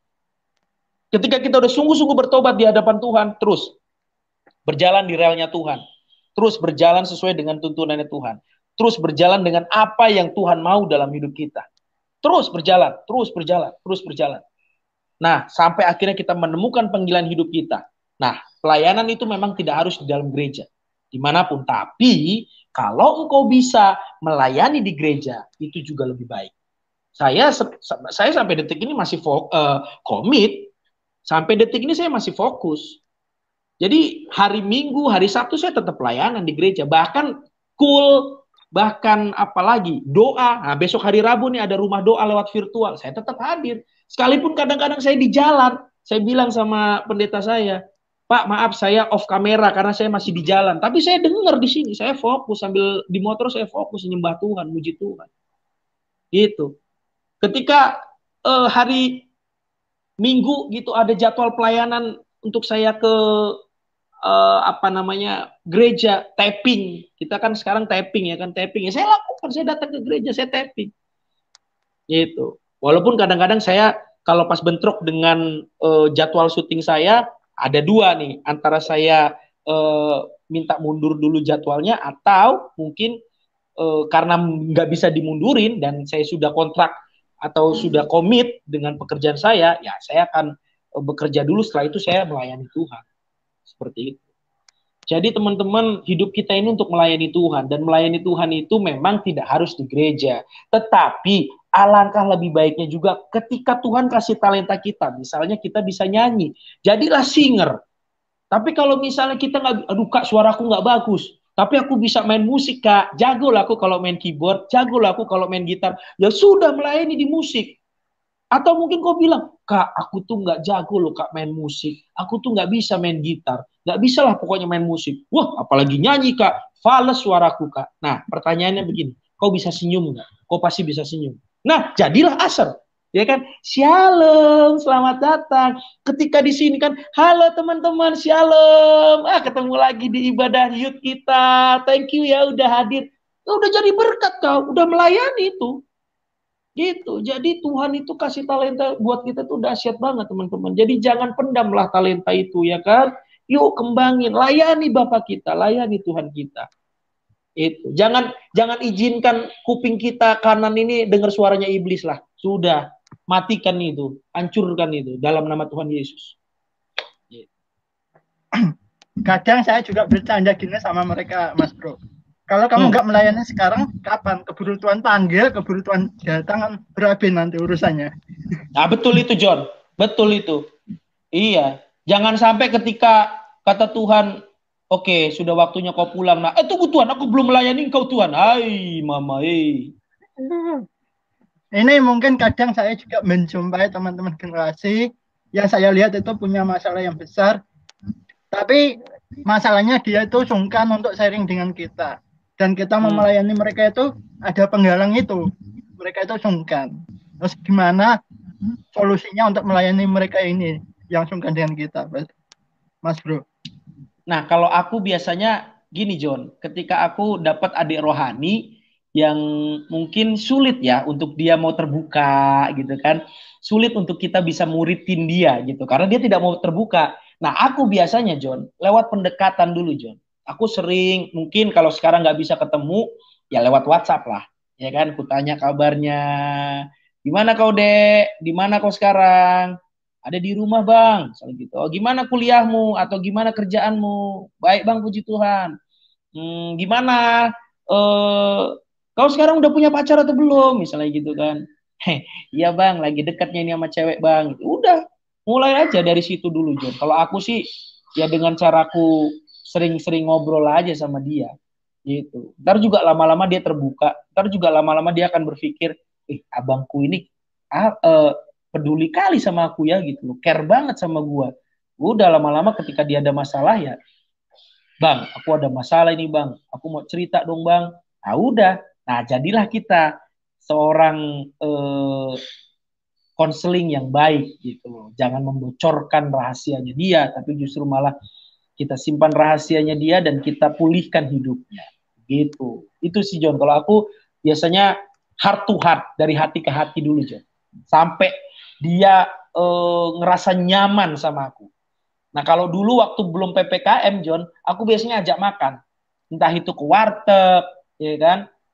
Ketika kita udah sungguh-sungguh bertobat di hadapan Tuhan, terus berjalan di relnya Tuhan. Terus berjalan sesuai dengan tuntunannya Tuhan. terus berjalan dengan apa yang Tuhan mau dalam hidup kita. Terus berjalan, terus berjalan, terus berjalan. Nah, sampai akhirnya kita menemukan panggilan hidup kita. Nah, pelayanan itu memang tidak harus di dalam gereja, dimanapun. Tapi, kalau engkau bisa melayani di gereja, itu juga lebih baik. Saya sampai detik ini masih komit. Sampai detik ini saya masih fokus. Jadi, hari Minggu, hari Sabtu saya tetap pelayanan di gereja. Bahkan bahkan apalagi doa. Nah, besok hari Rabu nih ada rumah doa lewat virtual. Saya tetap hadir. Sekalipun kadang-kadang saya di jalan, saya bilang sama pendeta saya, Pak, maaf saya off kamera karena saya masih di jalan. Tapi saya dengar di sini, saya fokus sambil di motor saya fokus menyembah Tuhan, muji Tuhan. Gitu. Ketika hari Minggu gitu ada jadwal pelayanan untuk saya ke gereja tapping. Kita kan sekarang tapping ya kan, tapping. Ya saya lakukan, saya datang ke gereja, saya tapping. Gitu. Walaupun kadang-kadang saya kalau pas bentrok dengan jadwal syuting saya ada dua nih, antara saya minta mundur dulu jadwalnya atau mungkin karena nggak bisa dimundurin dan saya sudah kontrak atau sudah komit dengan pekerjaan saya, ya saya akan bekerja dulu, setelah itu saya melayani Tuhan. Seperti itu. Jadi teman-teman, hidup kita ini untuk melayani Tuhan, dan melayani Tuhan itu memang tidak harus di gereja. Tetapi alangkah lebih baiknya juga ketika Tuhan kasih talenta kita, misalnya kita bisa nyanyi, jadilah singer. Tapi kalau misalnya kita nggak, aduh Kak suaraku nggak bagus, tapi aku bisa main musik Kak, jago lah aku kalau main keyboard, jago lah aku kalau main gitar, ya sudah melayani di musik. Atau mungkin kau bilang, Kak, aku tuh nggak jago loh Kak main musik. Aku tuh nggak bisa main gitar. Nggak bisa lah pokoknya main musik. Wah, apalagi nyanyi Kak. Fales suaraku Kak. Nah, pertanyaannya begini. Kau bisa senyum nggak? Kau pasti bisa senyum. Nah, jadilah Aser. Ya kan? Shalom, selamat datang. Ketika di sini kan, halo teman-teman, shalom. Ketemu lagi di ibadah youth kita. Thank you ya udah hadir. Udah jadi berkat kau. Udah melayani itu. Gitu. Jadi Tuhan itu kasih talenta buat kita tuh dahsyat banget teman-teman. Jadi jangan pendamlah talenta itu ya kan. Yuk kembangin, layani Bapak kita, layani Tuhan kita. Itu. Jangan izinkan kuping kita kanan ini dengar suaranya iblis lah. Sudah, matikan itu, hancurkan itu dalam nama Tuhan Yesus. Kadang saya juga bercanda gini sama mereka, Mas Bro. Kalau kamu nggak melayani sekarang, kapan? Keburu Tuhan panggil, keburu Tuhan datang, berabe nanti urusannya. Nah, betul itu, John. Betul itu. Iya. Jangan sampai ketika kata Tuhan, oke, sudah waktunya kau pulang. Nah, tunggu Tuhan, aku belum melayani engkau Tuhan. Hai, mama, Ini mungkin kadang saya juga menjumpai teman-teman generasi yang saya lihat itu punya masalah yang besar. Tapi masalahnya dia itu sungkan untuk sharing dengan kita. Dan kita melayani mereka itu ada penghalang itu. Mereka itu sungkan. Terus gimana solusinya untuk melayani mereka ini yang sungkan dengan kita, Mas Bro? Nah, kalau aku biasanya gini, John. Ketika aku dapat adik rohani yang mungkin sulit ya untuk dia mau terbuka gitu kan. Sulit untuk kita bisa muridin dia gitu. Karena dia tidak mau terbuka. Nah, aku biasanya, John, lewat pendekatan dulu, John. Aku sering, mungkin kalau sekarang nggak bisa ketemu, ya lewat WhatsApp lah. Ya kan, aku tanya kabarnya. Gimana kau, Dek? Di mana kau sekarang? Ada di rumah, Bang. Misalnya gitu. Oh, gimana kuliahmu? Atau gimana kerjaanmu? Baik, Bang, puji Tuhan. Gimana? Kau sekarang udah punya pacar atau belum? Misalnya gitu kan. Iya, Bang, lagi dekatnya ini sama cewek, Bang. Udah, mulai aja dari situ dulu, John. Kalau aku sih, ya dengan caraku sering-sering ngobrol aja sama dia gitu. Ntar juga lama-lama dia terbuka, ntar juga lama-lama dia akan berpikir, abangku ini peduli kali sama aku ya gitu, care banget sama gua. Udah lama-lama ketika dia ada masalah ya, Bang, aku ada masalah ini Bang, aku mau cerita dong Bang. Nah udah, nah jadilah kita seorang konseling yang baik gitu. Jangan membocorkan rahasianya dia, tapi justru malah kita simpan rahasianya dia dan kita pulihkan hidupnya. Gitu. Itu sih John. Kalau aku biasanya heart to heart, dari hati ke hati dulu John. Sampai dia ngerasa nyaman sama aku. Nah kalau dulu waktu belum PPKM John, aku biasanya ajak makan. Entah itu ke warteg, ya kan?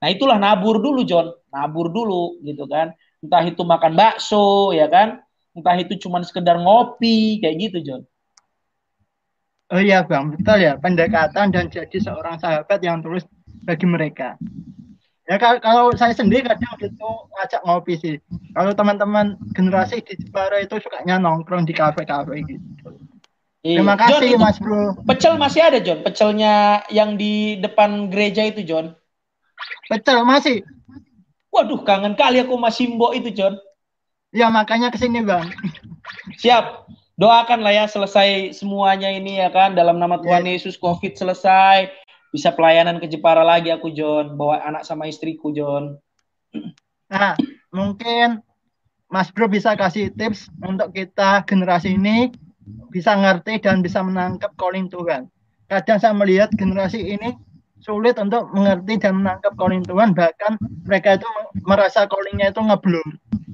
Nah itulah nabur dulu John, nabur dulu gitu kan. Entah itu makan bakso ya kan, entah itu cuma sekedar ngopi kayak gitu John. Oh iya Bang, betul ya, pendekatan dan jadi seorang sahabat yang tulus bagi mereka. Ya kalau saya sendiri kadang gitu ngajak ngopi sih. Kalau teman-teman generasi di Jepara itu sukanya nongkrong di kafe-kafe gitu. Iya. Terima John kasih itu Mas Bro. pecel masih ada John, pecelnya yang di depan gereja itu John. Pecel masih. Waduh kangen kali aku masih Simbo itu John. Ya makanya kesini Bang. Siap. Doakan lah ya selesai semuanya ini ya kan dalam nama Tuhan Yes. Yesus COVID selesai bisa pelayanan ke Jepara lagi aku John bawa anak sama istriku John. Nah, mungkin Mas Bro bisa kasih tips untuk kita generasi ini bisa ngerti dan bisa menangkap calling Tuhan. Kadang saya melihat generasi ini sulit untuk mengerti dan menangkap calling Tuhan, bahkan mereka itu merasa callingnya itu ngeblur.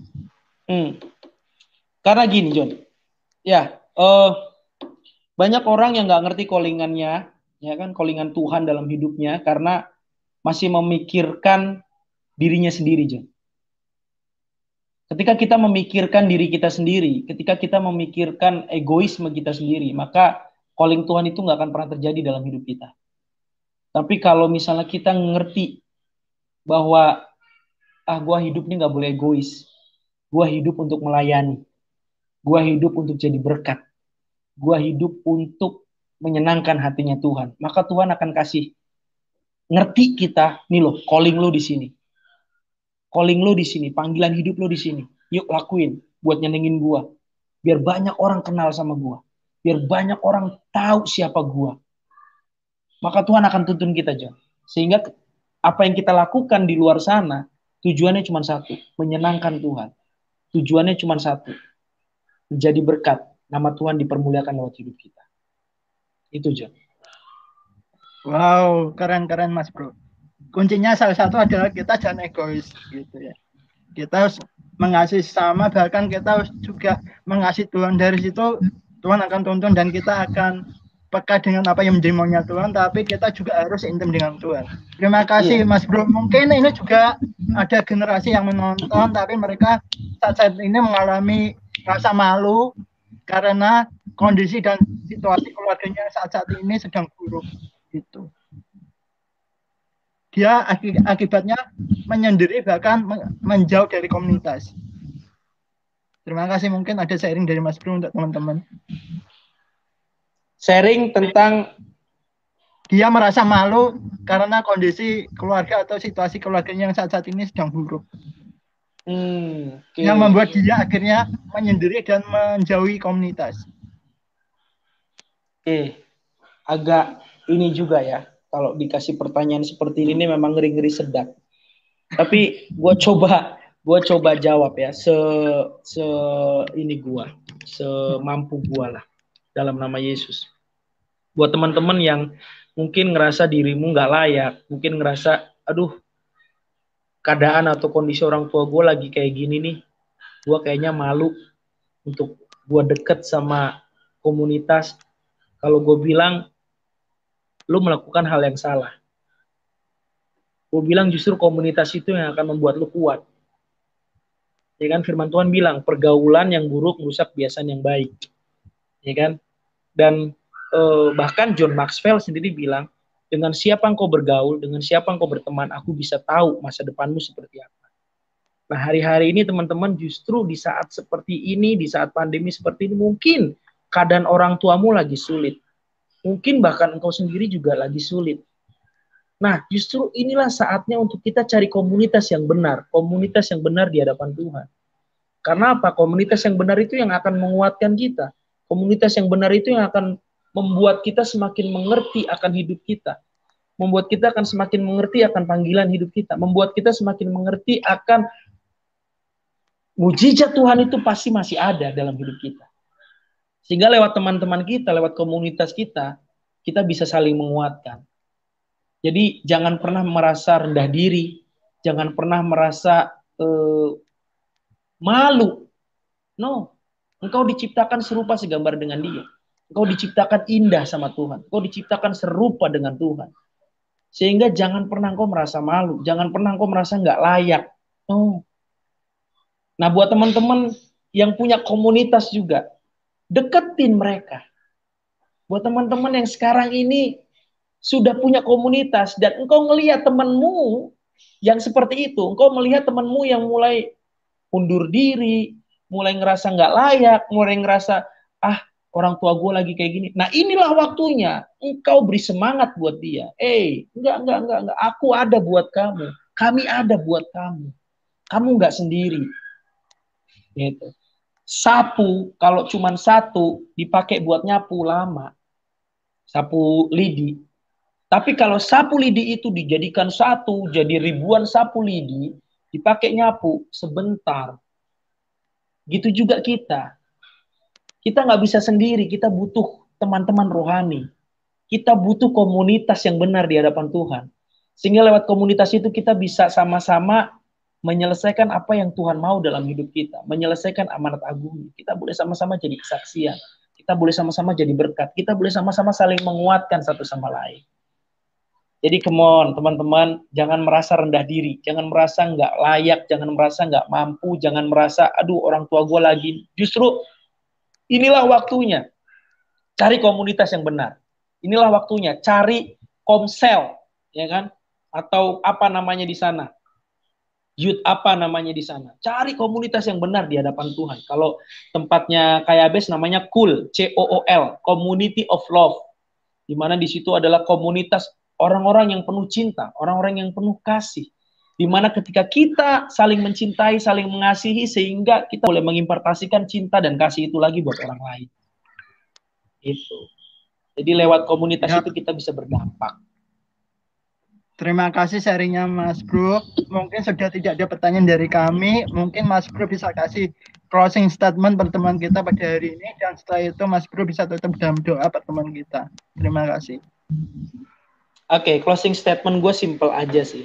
Karena gini John, ya banyak orang yang nggak ngerti callingannya, ya kan callingan Tuhan dalam hidupnya karena masih memikirkan dirinya sendiri John. Ketika kita memikirkan diri kita sendiri, ketika kita memikirkan egoisme kita sendiri, maka calling Tuhan itu nggak akan pernah terjadi dalam hidup kita. Tapi kalau misalnya kita ngerti bahwa gue hidup ini nggak boleh egois, gue hidup untuk melayani, gue hidup untuk jadi berkat, gue hidup untuk menyenangkan hatinya Tuhan, maka Tuhan akan kasih ngerti kita, nih loh, calling lo di sini, calling lo di sini, panggilan hidup lo di sini, yuk lakuin buat nyenengin gue, biar banyak orang kenal sama gue, biar banyak orang tahu siapa gue, maka Tuhan akan tuntun kita John, sehingga apa yang kita lakukan di luar sana tujuannya cuma satu, menyenangkan Tuhan. Tujuannya cuma satu, menjadi berkat, nama Tuhan dipermuliakan lewat hidup kita. Itu John. Wow, keren-keren Mas Bro. Kuncinya salah satu adalah kita jangan egois gitu ya. Kita harus mengasihi sama, bahkan kita harus juga mengasihi Tuhan. Dari situ Tuhan akan tuntun dan kita akan peka dengan apa yang menjadi maunya Tuhan, tapi kita juga harus intim dengan Tuhan. Terima kasih Mas Bro. Mungkin ini juga ada generasi yang menonton, tapi mereka saat ini mengalami rasa malu karena kondisi dan situasi keluarganya saat ini sedang buruk. Gitu. Dia akibatnya menyendiri bahkan menjauh dari komunitas. Terima kasih, mungkin ada sharing dari Mas Bro untuk teman-teman. Sharing tentang dia merasa malu karena kondisi keluarga atau situasi keluarganya yang saat ini sedang buruk. Yang membuat dia akhirnya menyendiri dan menjauhi komunitas. Agak ini juga ya, kalau dikasih pertanyaan seperti ini memang ngeri-ngeri sedap. Tapi gue coba jawab ya, semampu gue lah dalam nama Yesus. Buat teman-teman yang mungkin ngerasa dirimu nggak layak, mungkin ngerasa, aduh, keadaan atau kondisi orang tua gue lagi kayak gini nih, gue kayaknya malu untuk gue deket sama komunitas. Kalau gue bilang, lu melakukan hal yang salah. Gue bilang justru komunitas itu yang akan membuat lu kuat. Ya kan, firman Tuhan bilang, pergaulan yang buruk merusak kebiasaan yang baik. Ya kan? Dan bahkan John Maxwell sendiri bilang, dengan siapa engkau bergaul, dengan siapa engkau berteman, aku bisa tahu masa depanmu seperti apa. Nah, hari-hari ini teman-teman justru di saat seperti ini, di saat pandemi seperti ini, mungkin keadaan orang tuamu lagi sulit. Mungkin bahkan engkau sendiri juga lagi sulit. Nah, justru inilah saatnya untuk kita cari komunitas yang benar di hadapan Tuhan. Karena apa? Komunitas yang benar itu yang akan menguatkan kita. Komunitas yang benar itu yang akan membuat kita semakin mengerti akan hidup kita. Membuat kita akan semakin mengerti akan panggilan hidup kita. Membuat kita semakin mengerti akan mujizat Tuhan itu pasti masih ada dalam hidup kita. Sehingga lewat teman-teman kita, lewat komunitas kita bisa saling menguatkan. Jadi jangan pernah merasa rendah diri, jangan pernah merasa malu. No, engkau diciptakan serupa segambar dengan Dia. Engkau diciptakan indah sama Tuhan. Engkau diciptakan serupa dengan Tuhan. Sehingga jangan pernah engkau merasa malu, jangan pernah engkau merasa nggak layak. No. Nah, buat teman-teman yang punya komunitas juga, deketin mereka. Buat teman-teman yang sekarang ini sudah punya komunitas dan engkau ngelihat temanmu yang seperti itu, engkau melihat temanmu yang mulai undur diri, mulai ngerasa nggak layak, mulai ngerasa orang tua gue lagi kayak gini. Nah, inilah waktunya engkau beri semangat buat dia. Enggak. Aku ada buat kamu. Kami ada buat kamu. Kamu nggak sendiri. Gitu. Sapu kalau cuma satu dipakai buat nyapu lama. Sapu lidi. Tapi kalau sapu lidi itu dijadikan satu, jadi ribuan sapu lidi, dipakai nyapu sebentar. Gitu juga kita. Kita nggak bisa sendiri, kita butuh teman-teman rohani. Kita butuh komunitas yang benar di hadapan Tuhan. Sehingga lewat komunitas itu kita bisa sama-sama menyelesaikan apa yang Tuhan mau dalam hidup kita. Menyelesaikan amanat agung. Kita boleh sama-sama jadi kesaksian. Kita boleh sama-sama jadi berkat. Kita boleh sama-sama saling menguatkan satu sama lain. Jadi come on teman-teman, jangan merasa rendah diri, jangan merasa nggak layak, jangan merasa nggak mampu, jangan merasa aduh orang tua gue lagi. Justru inilah waktunya, cari komunitas yang benar. Inilah waktunya, cari komsel, ya kan? Atau apa namanya di sana, youth apa namanya di sana. Cari komunitas yang benar di hadapan Tuhan. Kalau tempatnya kayak Abes namanya COOL, COOL, Community of Love. Di mana di situ adalah komunitas orang-orang yang penuh cinta, orang-orang yang penuh kasih. Di mana ketika kita saling mencintai, saling mengasihi, sehingga kita boleh mengimpartasikan cinta dan kasih itu lagi buat orang lain. Itu. Jadi lewat komunitas itu kita bisa berdampak. Terima kasih sharingnya Mas Bro. Mungkin sudah tidak ada pertanyaan dari kami. Mungkin Mas Bro bisa kasih closing statement pertemuan kita pada hari ini. Dan setelah itu Mas Bro bisa tutup dalam doa pertemuan kita. Terima kasih. Oke, closing statement gue simple aja sih.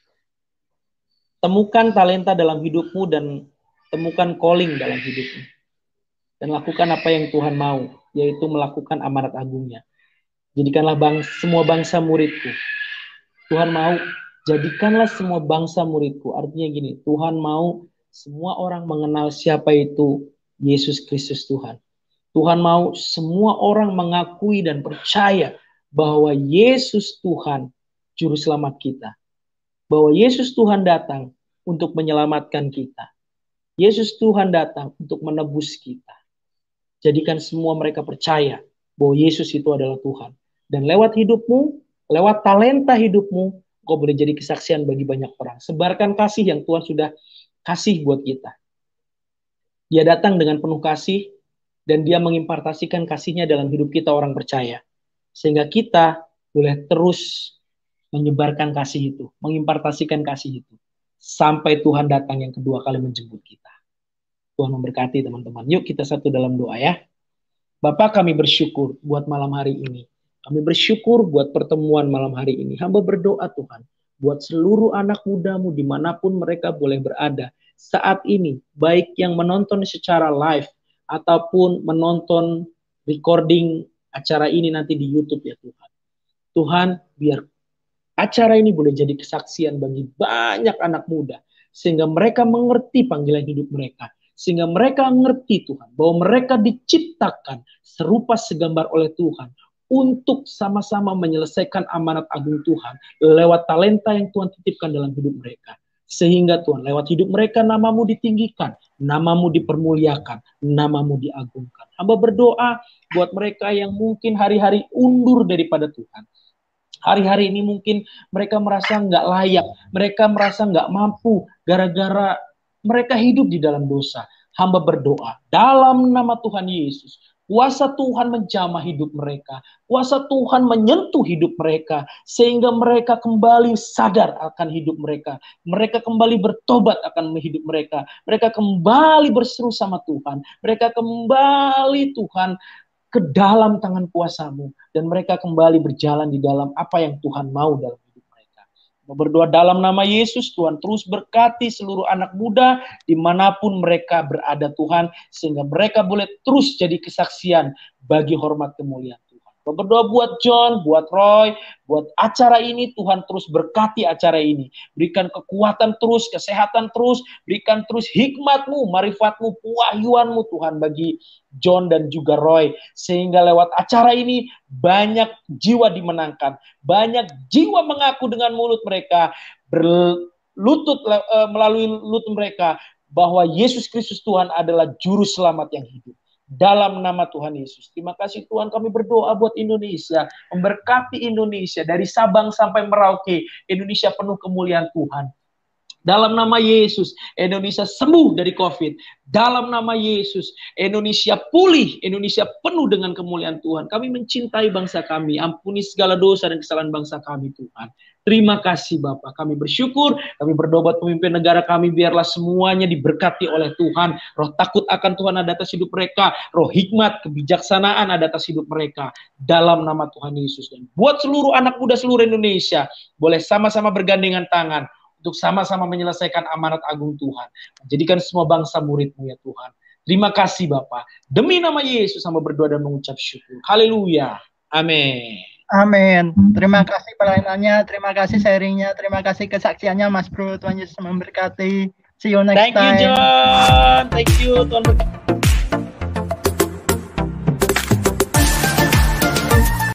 Temukan talenta dalam hidupmu dan temukan calling dalam hidupmu. Dan lakukan apa yang Tuhan mau, yaitu melakukan amanat agungnya. Jadikanlah semua bangsa muridku. Tuhan mau, jadikanlah semua bangsa muridku. Artinya gini, Tuhan mau semua orang mengenal siapa itu Yesus Kristus Tuhan. Tuhan mau semua orang mengakui dan percaya bahwa Yesus Tuhan Juru Selamat kita. Bahwa Yesus Tuhan datang untuk menyelamatkan kita. Yesus Tuhan datang untuk menebus kita. Jadikan semua mereka percaya bahwa Yesus itu adalah Tuhan. Dan lewat hidupmu, lewat talenta hidupmu, kau boleh jadi kesaksian bagi banyak orang. Sebarkan kasih yang Tuhan sudah kasih buat kita. Dia datang dengan penuh kasih, dan dia mengimpartasikan kasihnya dalam hidup kita orang percaya. Sehingga kita boleh terus menyebarkan kasih itu, mengimpartasikan kasih itu. Sampai Tuhan datang yang kedua kali menjemput kita. Tuhan memberkati teman-teman. Yuk kita satu dalam doa ya. Bapa, kami bersyukur buat malam hari ini. Kami bersyukur buat pertemuan malam hari ini. Hamba berdoa Tuhan, buat seluruh anak mudamu dimanapun mereka boleh berada saat ini, baik yang menonton secara live ataupun menonton recording acara ini nanti di YouTube ya Tuhan. Tuhan, biar acara ini boleh jadi kesaksian bagi banyak anak muda, sehingga mereka mengerti panggilan hidup mereka. Sehingga mereka mengerti Tuhan, bahwa mereka diciptakan serupa segambar oleh Tuhan, untuk sama-sama menyelesaikan amanat agung Tuhan, lewat talenta yang Tuhan titipkan dalam hidup mereka. Sehingga Tuhan, lewat hidup mereka namamu ditinggikan, namamu dipermuliakan, namamu diagungkan. Hamba berdoa buat mereka yang mungkin hari-hari undur daripada Tuhan. Hari-hari ini mungkin mereka merasa nggak layak, mereka merasa nggak mampu, gara-gara mereka hidup di dalam dosa. Hamba berdoa, dalam nama Tuhan Yesus, kuasa Tuhan menjamah hidup mereka, kuasa Tuhan menyentuh hidup mereka, sehingga mereka kembali sadar akan hidup mereka, mereka kembali bertobat akan hidup mereka, mereka kembali berseru sama Tuhan, mereka kembali Tuhan ke dalam tangan kuasa-Mu, dan mereka kembali berjalan di dalam apa yang Tuhan mau dalam hidup mereka. Berdoa dalam nama Yesus, Tuhan terus berkati seluruh anak muda dimanapun mereka berada Tuhan, sehingga mereka boleh terus jadi kesaksian bagi hormat kemuliaan Tuhan. Berdoa buat John, buat Roy, buat acara ini, Tuhan terus berkati acara ini. Berikan kekuatan terus, kesehatan terus, berikan terus hikmat-Mu, marifatmu, pewahyuan-Mu Tuhan bagi John dan juga Roy. Sehingga lewat acara ini banyak jiwa dimenangkan, banyak jiwa mengaku dengan mulut mereka, berlutut melalui lutut mereka, bahwa Yesus Kristus Tuhan adalah juru selamat yang hidup. Dalam nama Tuhan Yesus. Terima kasih Tuhan, kami berdoa buat Indonesia, memberkati Indonesia dari Sabang sampai Merauke. Indonesia penuh kemuliaan Tuhan. Dalam nama Yesus, Indonesia sembuh dari COVID. Dalam nama Yesus, Indonesia pulih, Indonesia penuh dengan kemuliaan Tuhan. Kami mencintai bangsa kami, ampuni segala dosa dan kesalahan bangsa kami Tuhan. Terima kasih Bapak, kami bersyukur, kami berdoa buat pemimpin negara kami, biarlah semuanya diberkati oleh Tuhan. Roh takut akan Tuhan ada atas hidup mereka, roh hikmat, kebijaksanaan ada atas hidup mereka. Dalam nama Tuhan Yesus. Dan buat seluruh anak muda seluruh Indonesia, boleh sama-sama bergandengan tangan untuk sama-sama menyelesaikan amanat agung Tuhan. Menjadikan semua bangsa murid-Mu ya Tuhan. Terima kasih Bapa. Demi nama Yesus sama berdoa dan mengucap syukur. Haleluya. Amin. Amin. Terima kasih pelayanannya, terima kasih sharingnya, terima kasih kesaksiannya Mas Bro. Tuhan Yesus memberkati. See you next time. Thank you John. Thank you Tuhan berkati.